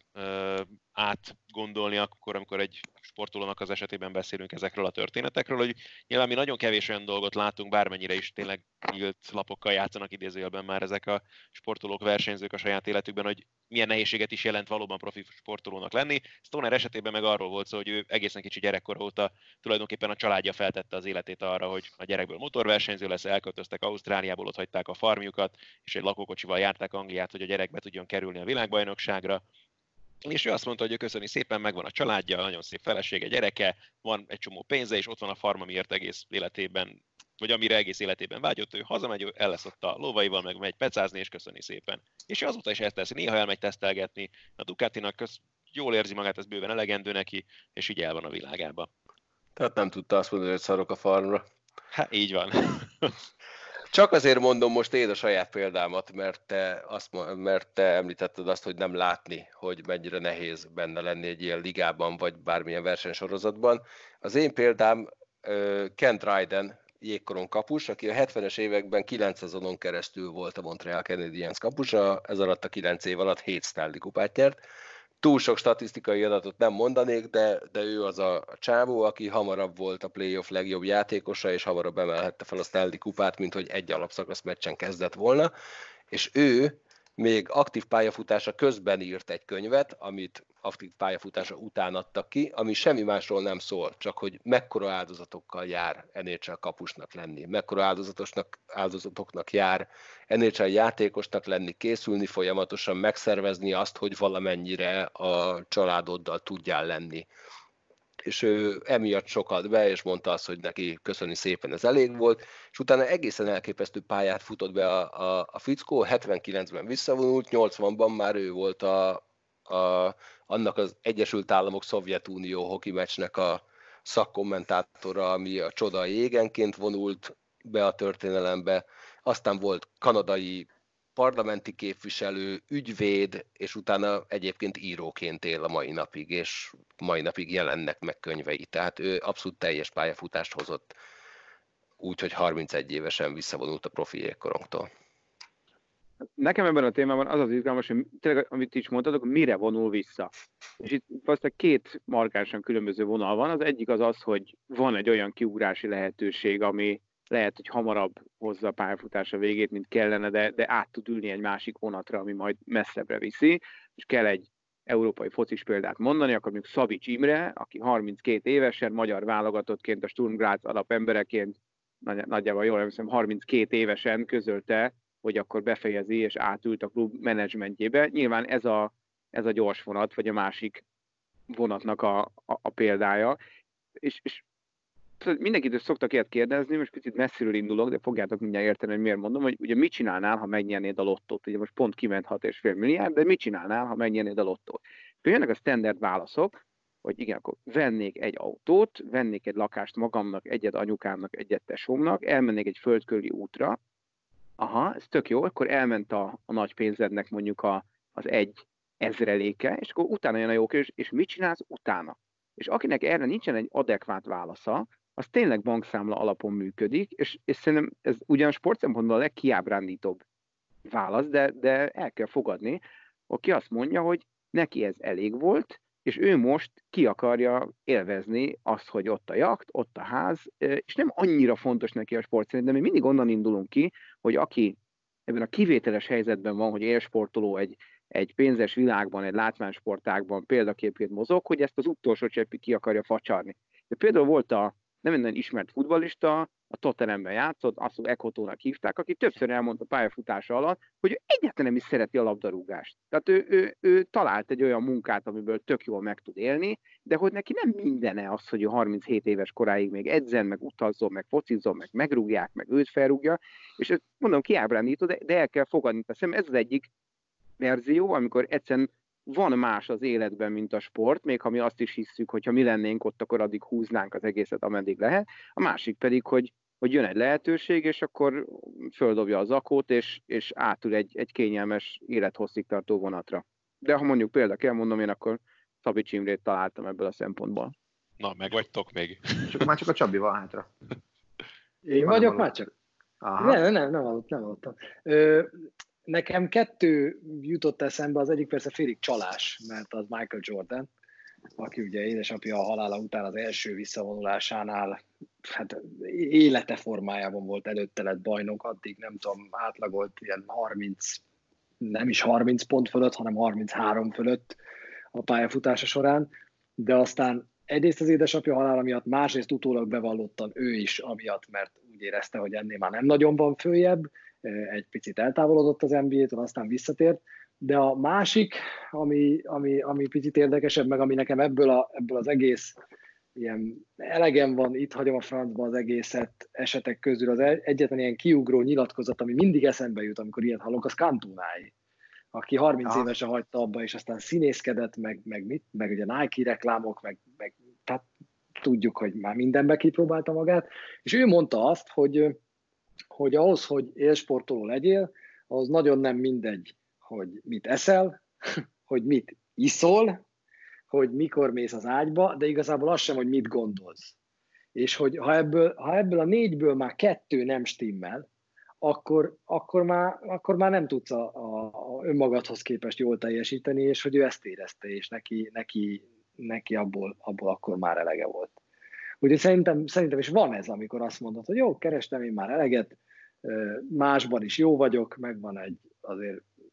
átgondolni, akkor, amikor egy sportolónak az esetében beszélünk ezekről a történetekről, hogy nyilván mi nagyon kevés olyan dolgot látunk, bármennyire is tényleg nyílt lapokkal játszanak idézőjelben már ezek a sportolók, versenyzők a saját életükben, hogy milyen nehézséget is jelent valóban profi sportolónak lenni. Stoner esetében meg arról volt szó, hogy ő egészen kicsi gyerekkor óta tulajdonképpen a családja feltette az életét arra, hogy a gyerekből motorversenyző lesz, elköltöztek Ausztráliából, ott hagyták a farmjukat, és egy lakókocsival járták Angliát, hogy a gyerek be tudjon kerülni a világbajnokságra. És ő azt mondta, hogy ő köszöni szépen, megvan a családja, nagyon szép felesége, gyereke, van egy csomó pénze, és ott van a farm, amiért egész életében, vagy amire egész életében vágyott, ő hazamegy, ő el lesz ott a lovaival, meg megy pecázni, és köszöni szépen. És ő azóta is ezt teszi, néha elmegy tesztelgetni, a Ducatinak köz, jól érzi magát, ez bőven elegendő neki, és így el van a világába. Tehát nem tudta azt mondani, hogy szarok a farmra. Hát így van. Csak azért mondom most én a saját példámat, mert te, azt, mert te említetted azt, hogy nem látni, hogy mennyire nehéz benne lenni egy ilyen ligában, vagy bármilyen versenysorozatban. Az én példám Kent Ryden, jégkoron kapus, aki a hetvenes években kilenc szezonon keresztül volt a Montreal Canadiens kapusa, ez alatt a kilenc év alatt hét Stanley kupát nyert. Túl sok statisztikai adatot nem mondanék, de, de ő az a csávó, aki hamarabb volt a playoff legjobb játékosa, és hamarabb emelhette fel a Stanley kupát, mint hogy egy alapszakasz meccsen kezdett volna. És ő még aktív pályafutása közben írt egy könyvet, amit aktív pályafutása után adtak ki, ami semmi másról nem szól, csak hogy mekkora áldozatokkal jár en há el kapusnak lenni, mekkora áldozatosnak, áldozatoknak jár en há el játékosnak lenni, készülni folyamatosan, megszervezni azt, hogy valamennyire a családoddal tudjál lenni. És ő emiatt sokat be, és mondta azt, hogy neki köszöni szépen, ez elég volt, és utána egészen elképesztő pályát futott be a, a, a fickó, hetvenkilencben visszavonult, nyolcvanban már ő volt a, a, annak az Egyesült Államok Szovjetunió hoki meccsnek a szakkommentátora, ami a csoda jégenként vonult be a történelembe, aztán volt kanadai parlamenti képviselő, ügyvéd, és utána egyébként íróként él a mai napig, és mai napig jelennek meg könyvei. Tehát ő abszolút teljes pályafutást hozott, úgyhogy harmincegy évesen visszavonult a profi jégkorongtól. Nekem ebben a témában az az izgalmas, hogy tényleg, amit is mondtatok, mire vonul vissza. És itt valószínűleg két markánsan különböző vonal van. Az egyik az az, hogy van egy olyan kiugrási lehetőség, ami lehet, hogy hamarabb hozza a pályafutása végét, mint kellene, de, de át tud ülni egy másik vonatra, ami majd messzebbre viszi. És kell egy európai focis példát mondani, akkor mondjuk Szabics Imre, aki harminckét évesen, magyar válogatottként, a Sturm Graz alapembereként, nagy, nagyjából jól emlékszem, harminckét évesen közölte, hogy akkor befejezi és átült a klub menedzsmentjébe. Nyilván ez a, ez a gyors vonat, vagy a másik vonatnak a, a, a példája. És, és mindenkitől szoktak ilyet kérdezni, most picit messziről indulok, de fogjátok mindjárt érteni, hogy miért mondom, hogy ugye mit csinálnál, ha megnyernéd a lottót? Ugye most pont kiment hat egész öt milliárd, de mit csinálnál, ha megnyernéd a lottót? Jönnek a standard válaszok, hogy igen, akkor vennék egy autót, vennék egy lakást magamnak, egyet anyukámnak, egyet tesómnak, elmennék egy földkörüli útra. Aha, ez tök jó, akkor elment a, a nagy pénzednek mondjuk a, az egy ezreléke, és akkor utána jön a jó kérdés, és mit csinálsz utána? És akinek erre nincsen egy adekvát válasza, az tényleg bankszámla alapon működik, és, és szerintem ez ugyan sportszempontból a legkiábrándítóbb válasz, de, de el kell fogadni, aki azt mondja, hogy neki ez elég volt, és ő most ki akarja élvezni azt, hogy ott a jakt, ott a ház, és nem annyira fontos neki a sport, szerintem mi mindig onnan indulunk ki, hogy aki ebben a kivételes helyzetben van, hogy élsportoló egy, egy pénzes világban, egy látványsportágban példaképként mozog, hogy ezt az utolsó cseppig ki akarja facsarni. De például volt a nem minden ismert futballista, a Tottenhamben játszott, azt mondja, Ekotónak hívták, aki többször elmondta pályafutása alatt, hogy ő egyáltalán nem is szereti a labdarúgást. Tehát ő, ő, ő talált egy olyan munkát, amiből tök jól meg tud élni, de hogy neki nem mindene az, hogy ő harminchét éves koráig még edzen, meg utazzon, meg focizzon, meg megrúgják, meg őt felrúgja, és ezt mondom kiábrándító, de, de el kell fogadni. Szerintem ez az egyik verzió, amikor egyszerűen van más az életben, mint a sport, még ha mi azt is hisszük, hogy ha mi lennénk ott, akkor addig húznánk az egészet, ameddig lehet. A másik pedig, hogy, hogy jön egy lehetőség, és akkor földobja az akót, és, és átül egy, egy kényelmes, élethosszig tartó vonatra. De ha mondjuk példaként mondom, én akkor Szabics Imrét találtam ebből a szempontból. Na, meg vagytok még. Csak már csak a Csabi van hátra. Én van vagyok már csak? Aha. Nem, nem, nem hallottam. Nem hallottam. Ö, Nekem kettő jutott eszembe, az egyik persze félig csalás, mert az Michael Jordan, aki ugye édesapja a halála után az első visszavonulásánál hát élete formájában volt előtte lett bajnok, addig nem tudom, átlagolt ilyen harminc, nem is harminc pont fölött, hanem harminchárom fölött a pályafutása során, de aztán egyrészt az édesapja halála miatt, másrészt utólag bevallottan ő is amiatt, mert úgy érezte, hogy ennél már nem nagyon van följebb, egy picit eltávolodott az en bé á-től, aztán visszatért, de a másik, ami, ami, ami picit érdekesebb, meg ami nekem ebből, a, ebből az egész ilyen elegem van, itt hagyom a francba az egészet esetek közül, az egyetlen ilyen kiugró nyilatkozat, ami mindig eszembe jut, amikor ilyet hallok, az Cantunái, aki harminc ja. évesen hagyta abba, és aztán színészkedett, meg, meg mit, meg ugye Nike reklámok, meg, meg tehát tudjuk, hogy már mindenbe kipróbálta magát, és ő mondta azt, hogy hogy ahhoz, hogy élsportoló legyél, ahhoz nagyon nem mindegy, hogy mit eszel, hogy mit iszol, hogy mikor mész az ágyba, de igazából az sem, hogy mit gondolsz. És hogy ha ebből, ha ebből a négyből már kettő nem stimmel, akkor, akkor, már, akkor már nem tudsz a, a, a önmagadhoz képest jól teljesíteni, és hogy ő ezt érezte, és neki, neki, neki abból, abból akkor már elege volt. Úgyhogy szerintem, szerintem is van ez, amikor azt mondod, hogy jó, kerestem én már eleget, másban is jó vagyok, megvan egy azért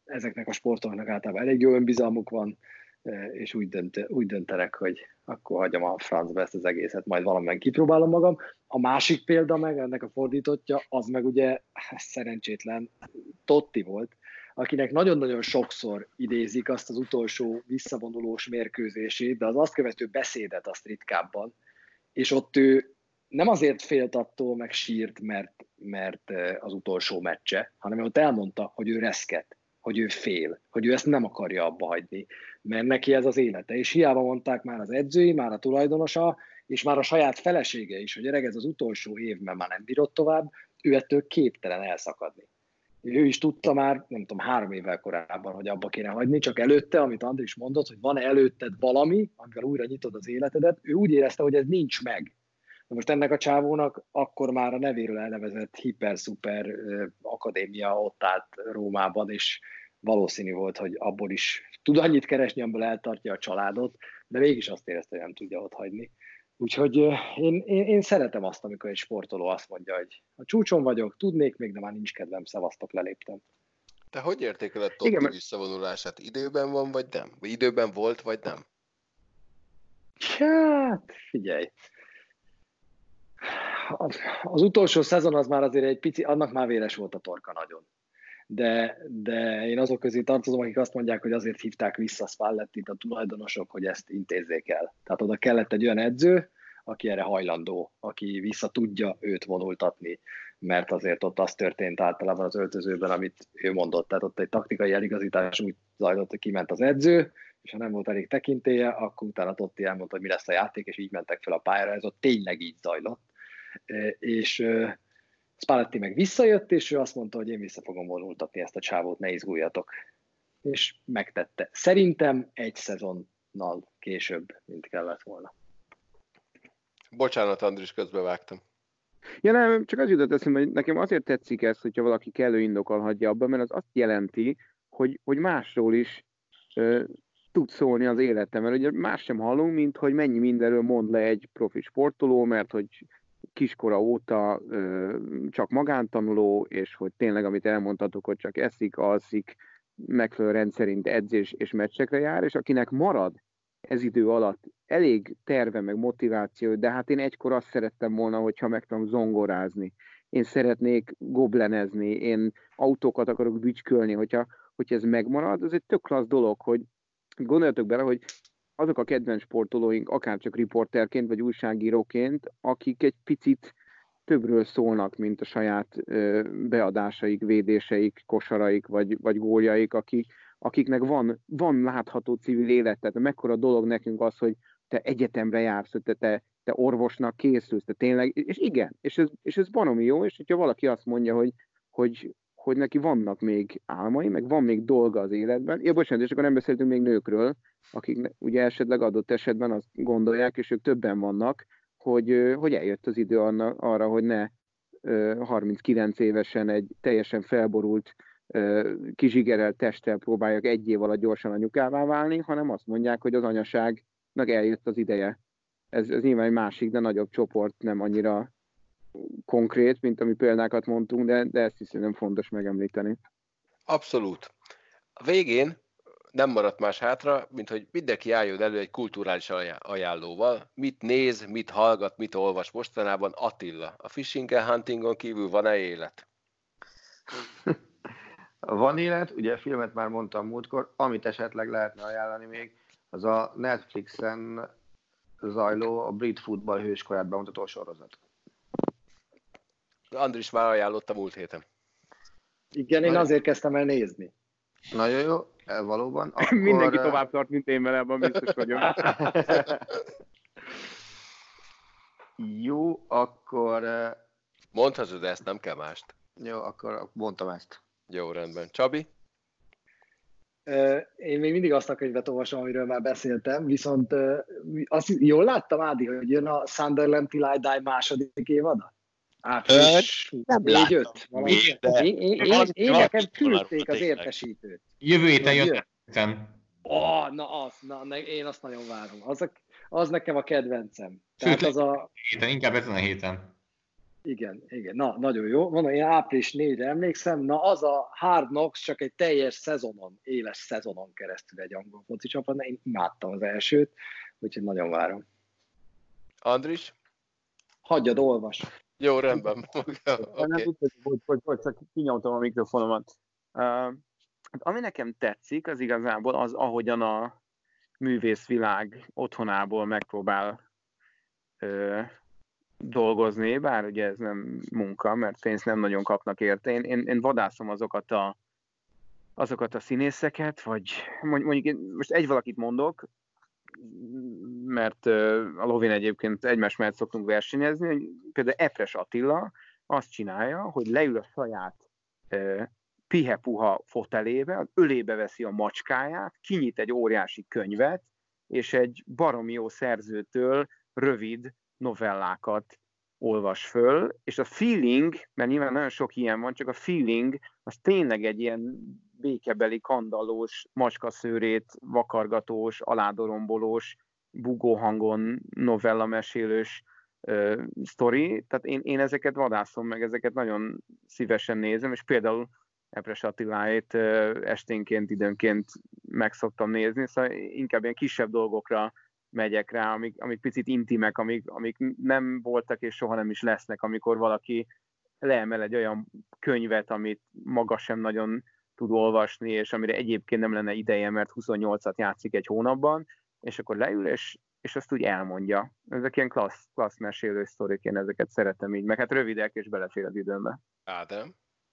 ezeknek a sportoknak általában elég jó önbizalmuk van, és úgy, dönt, úgy döntenek, hogy akkor hagyjam a francba ezt az egészet, majd valamiben kipróbálom magam. A másik példa meg, ennek a fordítottja, az meg ugye szerencsétlen Totti volt, akinek nagyon-nagyon sokszor idézik azt az utolsó visszavonulós mérkőzését, de az azt követő beszédet azt ritkábban, és ott ő nem azért félt attól, meg sírt, mert, mert az utolsó meccse, hanem ott elmondta, hogy ő reszket, hogy ő fél, hogy ő ezt nem akarja abba hagyni, mert neki ez az élete. És hiába mondták már az edzői, már a tulajdonosa, és már a saját felesége is, hogy öreg, ez az utolsó év, mert már nem bírott tovább, ő ettől képtelen elszakadni. Ő is tudta már, nem tudom, három évvel korábban, hogy abba kéne hagyni, csak előtte, amit Andris mondott, hogy van-e előtted valami, amivel újra nyitod az életedet, ő úgy érezte, hogy ez nincs meg. Na most ennek a csávónak akkor már a nevéről elnevezett hiper-szuper akadémia ott állt Rómában, és valószínű volt, hogy abból is tud annyit keresni, amiből eltartja a családot, de mégis azt érezte, hogy nem tudja ott hagyni. Úgyhogy én, én, én szeretem azt, amikor egy sportoló azt mondja, hogy a csúcson vagyok, tudnék még, de már nincs kedvem, szevasztok, leléptem. Te hogy értékeled Totti Igen, visszavonulását? Időben van, vagy nem? Vagy időben volt, vagy nem? Hát, figyelj. Az, az utolsó szezon az már azért egy pici, annak már véres volt a torka nagyon. De, de én azok közé tartozom, akik azt mondják, hogy azért hívták vissza Spallettit a tulajdonosok, hogy ezt intézzék el. Tehát oda kellett egy olyan edző, aki erre hajlandó, aki vissza tudja őt vonultatni, mert azért ott az történt általában az öltözőben, amit ő mondott. Tehát ott egy taktikai eligazítás úgy zajlott, hogy kiment az edző, és ha nem volt elég tekintélye, akkor utána Totti elmondta, hogy mi lesz a játék, és így mentek fel a pályára. Ez ott tényleg így zajlott. És Spalletti meg visszajött, és ő azt mondta, hogy én vissza fogom vonultatni ezt a csávót, ne izguljatok. És megtette. Szerintem egy szezonnal később, mint kellett volna. Bocsánat, Andris, közbevágtam. Ja nem, csak az jutott eszembe, hogy nekem azért tetszik ez, hogyha valaki kellő indokkal hagyja abba, mert az azt jelenti, hogy, hogy másról is ö, tud szólni az életem, mert ugye más sem hallunk, mint hogy mennyi mindenről mond le egy profi sportoló, mert hogy kiskora óta ö, csak magántanuló, és hogy tényleg, amit elmondhatok, hogy csak eszik, alszik, megfelelő rendszerint edzés és meccsekre jár, és akinek marad ez idő alatt elég terve meg motiváció, de hát én egykor azt szerettem volna, hogyha meg tudom zongorázni, én szeretnék goblenezni, én autókat akarok bütykölni, hogyha, hogyha ez megmarad, az egy tök klassz dolog, hogy gondoljatok bele, hogy azok a kedvenc sportolóink, akár csak riporterként vagy újságíróként, akik egy picit többről szólnak, mint a saját ö, beadásaik, védéseik, kosaraik vagy, vagy góljaik, akik, akiknek van, van látható civil élet. Tehát mekkora dolog nekünk az, hogy te egyetemre jársz, te, te, te orvosnak készülsz, te tényleg, és igen, és ez, és ez baromi jó, és hogyha valaki azt mondja, hogy, hogy, hogy neki vannak még álmai, meg van még dolga az életben, ja, bocsánat, és akkor nem beszéltünk még nőkről, akik ugye esetleg adott esetben azt gondolják, és ők többen vannak, hogy, hogy eljött az idő anna, arra, hogy ne harminckilenc évesen egy teljesen felborult, kizsigerelt testtel próbáljak egy év alatt gyorsan anyukává válni, hanem azt mondják, hogy az anyaságnak eljött az ideje. Ez, ez nyilván egy másik, de nagyobb csoport, nem annyira konkrét, mint ami példákat mondtunk, de, de ezt is szerintem fontos megemlíteni. Abszolút. A végén nem maradt más hátra, mint hogy mindenki álljon elő egy kulturális ajánlóval. Mit néz, mit hallgat, mit olvas mostanában Attila. A fishing and huntingon kívül van-e élet? Van élet, ugye a filmet már mondtam múltkor, amit esetleg lehetne ajánlani még, az a Netflixen zajló, a brit futball hőskorát bemutató sorozat. Andris már ajánlotta múlt héten. Igen, én azért kezdtem el nézni. Nagyon jó, valóban. Akkor... Mindenki tovább tart, mint én vele, abban biztos vagyok. Jó, akkor... Mondhatod, de ezt nem kell mást. Jó, akkor mondtam ezt. Jó, rendben. Csabi? Én még mindig azt a könyvet olvasom, amiről már beszéltem, viszont azt jól láttam, Ádi, hogy jön a Sunderland Till I Die második évada? Április négy öt. Én nekem küldték az értesítőt. Jövő héten jött. Ó, na az, na, ne, én azt nagyon várom. Az, a, az nekem a kedvencem. Tehát Sőt, az a... héten, inkább ezen a héten. Igen, igen. Na, nagyon jó. Mondom, én április négyedikére emlékszem, na az a Hard Knocks csak egy teljes szezonon, éles szezonon keresztül egy angol foci csapat, én imádtam az elsőt, úgyhogy nagyon várom. Andris? Hagyjad, olvas. Jó, rendben. Okay. Hogy, hogy, hogy csak kinyomtam a mikrofonomat. Uh, hát ami nekem tetszik, az igazából az, ahogyan a művészvilág otthonából megpróbál uh, dolgozni, bár ugye ez nem munka, mert pénzt nem nagyon kapnak érte. Én, én, én vadászom azokat a, azokat a színészeket, vagy mondjuk én most egy valakit mondok, mert a Lovin egyébként egymás mellett szoktunk versenyezni, hogy például Epres Attila azt csinálja, hogy leül a saját uh, pihe-puha fotelébe, az ölébe veszi a macskáját, kinyit egy óriási könyvet, és egy baromi jó szerzőtől rövid novellákat olvas föl, és a feeling, mert nyilván nagyon sok ilyen van, csak a feeling az tényleg egy ilyen békebeli, kandallós, macskaszőrét, vakargatós, aládorombolós, bugóhangon novellamesélős uh, sztori. Tehát én, én ezeket vadászom meg, ezeket nagyon szívesen nézem, és például Epres Attiláét uh, esténként, időnként meg szoktam nézni, szóval inkább ilyen kisebb dolgokra megyek rá, amik, amik picit intimek, amik, amik nem voltak és soha nem is lesznek, amikor valaki leemel egy olyan könyvet, amit maga sem nagyon tud olvasni, és amire egyébként nem lenne ideje, mert huszonnyolcat játszik egy hónapban, és akkor leül, és, és azt úgy elmondja. Ezek ilyen klassz, klassz mesélő sztorik, én ezeket szeretem így, meg hát rövidek, és belefér az időmbe. Ádám?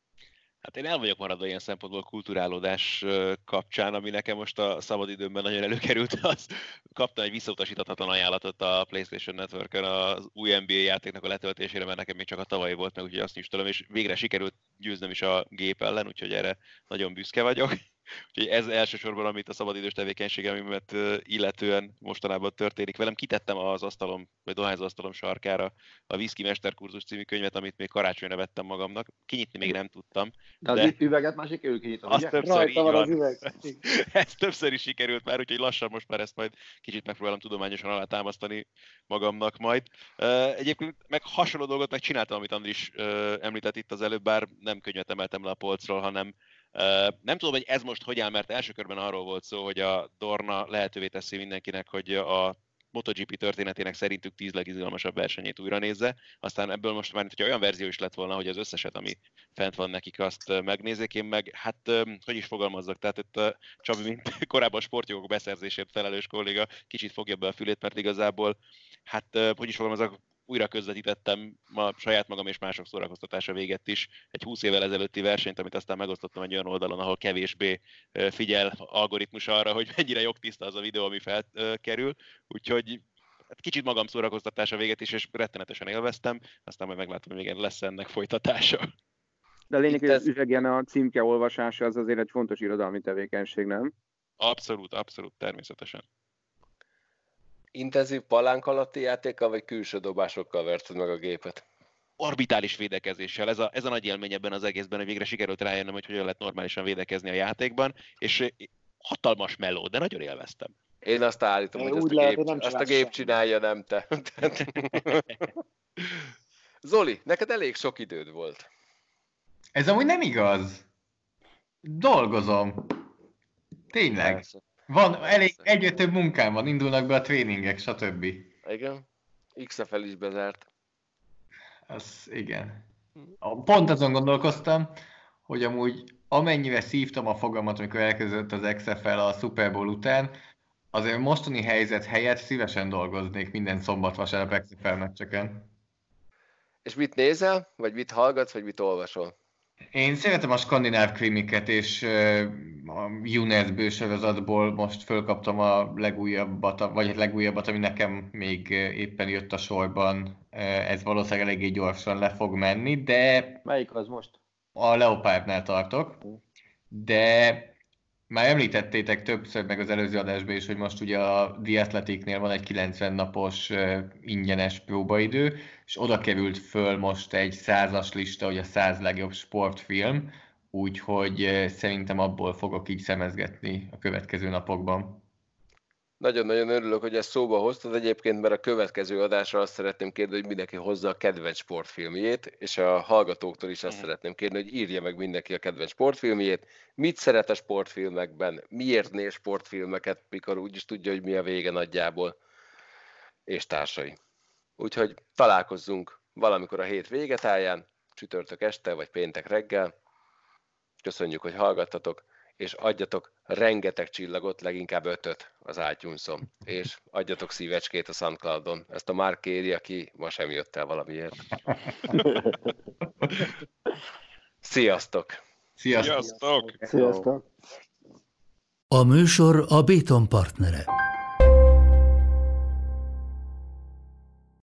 Hát én el vagyok maradva ilyen szempontból kulturálódás kapcsán, ami nekem most a szabadidőmben nagyon előkerült, az kaptam egy visszautasíthatatlan ajánlatot a PlayStation Network-ön az új en bé á játéknak a letöltésére, mert nekem még csak a tavalyi volt meg, úgyhogy azt is tudom, és végre sikerült győznöm is a gép ellen, úgyhogy erre nagyon büszke vagyok. Úgyhogy ez elsősorban, amit a szabadidős tevékenységemimet illetően mostanában történik velem. Kitettem az asztalom, vagy dohányzó asztalom sarkára a Whisky Mesterkurzus című könyvet, amit még karácsonyra vettem magamnak. Kinyitni még nem tudtam. De az de... üveget már sikerült kinyitni, ugye? Többször így van. Az üveg. Ez többször is sikerült már, úgyhogy lassan most már ezt majd kicsit megpróbálom tudományosan alátámasztani magamnak majd. Egyébként meg hasonló dolgot megcsináltam, amit Andris említett itt az előbb, bár nem könyvet emeltem le a polcról, hanem Uh, nem tudom, hogy ez most hogy áll, mert első körben arról volt szó, hogy a Dorna lehetővé teszi mindenkinek, hogy a MotoGP történetének szerintük tíz legizgalmasabb versenyét újra nézze. Aztán ebből most már, hogyha olyan verzió is lett volna, hogy az összeset, ami fent van nekik, azt megnézzék, én meg, hát, hogy is fogalmazzak, tehát itt Csabi, mint korábban sportjogok beszerzésért felelős kolléga, kicsit fogja be a fülét, mert igazából, hát, hogy is fogalmazzak, újra közvetítettem a saját magam és mások szórakoztatása véget is egy húsz évvel ezelőtti versenyt, amit aztán megosztottam egy olyan oldalon, ahol kevésbé figyel algoritmus arra, hogy mennyire jogtiszta az a videó, ami felkerül. Úgyhogy hát kicsit magam szórakoztatása véget is, és rettenetesen élveztem, aztán majd meglátom, hogy még lesz ennek folytatása. De a lényeg, hogy az üvegen a címke olvasása az azért egy fontos irodalmi tevékenység, nem? Abszolút, abszolút, természetesen. Intenzív palánk alatti játékkal, vagy külső dobásokkal verted meg a gépet? Orbitális védekezéssel. Ez a, ez a nagy élmény ebben az egészben, hogy végre sikerült rájönnöm, hogy hogyan lehet normálisan védekezni a játékban, és hatalmas meló, de nagyon élveztem. Én azt állítom, Én hogy azt, lehet, a gép, azt a gép csinálja, nem te. Zoli, neked elég sok időd volt. Ez amúgy nem igaz. Dolgozom. Tényleg. Persze. Van, elég, egyre több munkám van, indulnak be a tréningek, stb. Igen. iksz ef el is bezárt. Az, igen. Pont azon gondolkoztam, hogy amúgy amennyire szívtam a fogamat, amikor elkezdődött az iksz ef el a Super Bowl után, azért mostani helyzet helyett szívesen dolgoznék minden szombat-vasárnap iksz ef el meccseken. És mit nézel? Vagy mit hallgatsz, vagy mit olvasol? Én szeretem a skandináv krimiket, és a UNESCO sorozatból most fölkaptam a legújabbat, vagy a legújabbat, ami nekem még éppen jött a sorban. Ez valószínűleg eléggé gyorsan le fog menni, de... Melyik az most? A Leopardnál tartok, de már említettétek többször meg az előző adásban is, hogy most ugye a The Athletic-nél van egy kilencven napos ingyenes próbaidő, és oda került föl most egy százas lista, hogy a száz legjobb sportfilm, úgyhogy szerintem abból fogok így szemezgetni a következő napokban. Nagyon-nagyon örülök, hogy ezt szóba hoztad egyébként, mert a következő adásra azt szeretném kérni, hogy mindenki hozza a kedvenc sportfilmjét, és a hallgatóktól is azt szeretném kérni, hogy írja meg mindenki a kedvenc sportfilmjét, mit szeret a sportfilmekben, miért néz sportfilmeket, mikor úgyis tudja, hogy mi a vége nagyjából, és társai. Úgyhogy találkozzunk valamikor a hét végetáján, csütörtök este vagy péntek reggel. Köszönjük, hogy hallgattatok, és adjatok rengeteg csillagot, leginkább ötöt az iTunes-on, és adjatok szívecskét a SoundCloud-on. Ezt a Mark kéri, aki ma sem jött el valamiért. Sziasztok! Sziasztok! Sziasztok! A műsor a Béton partnere.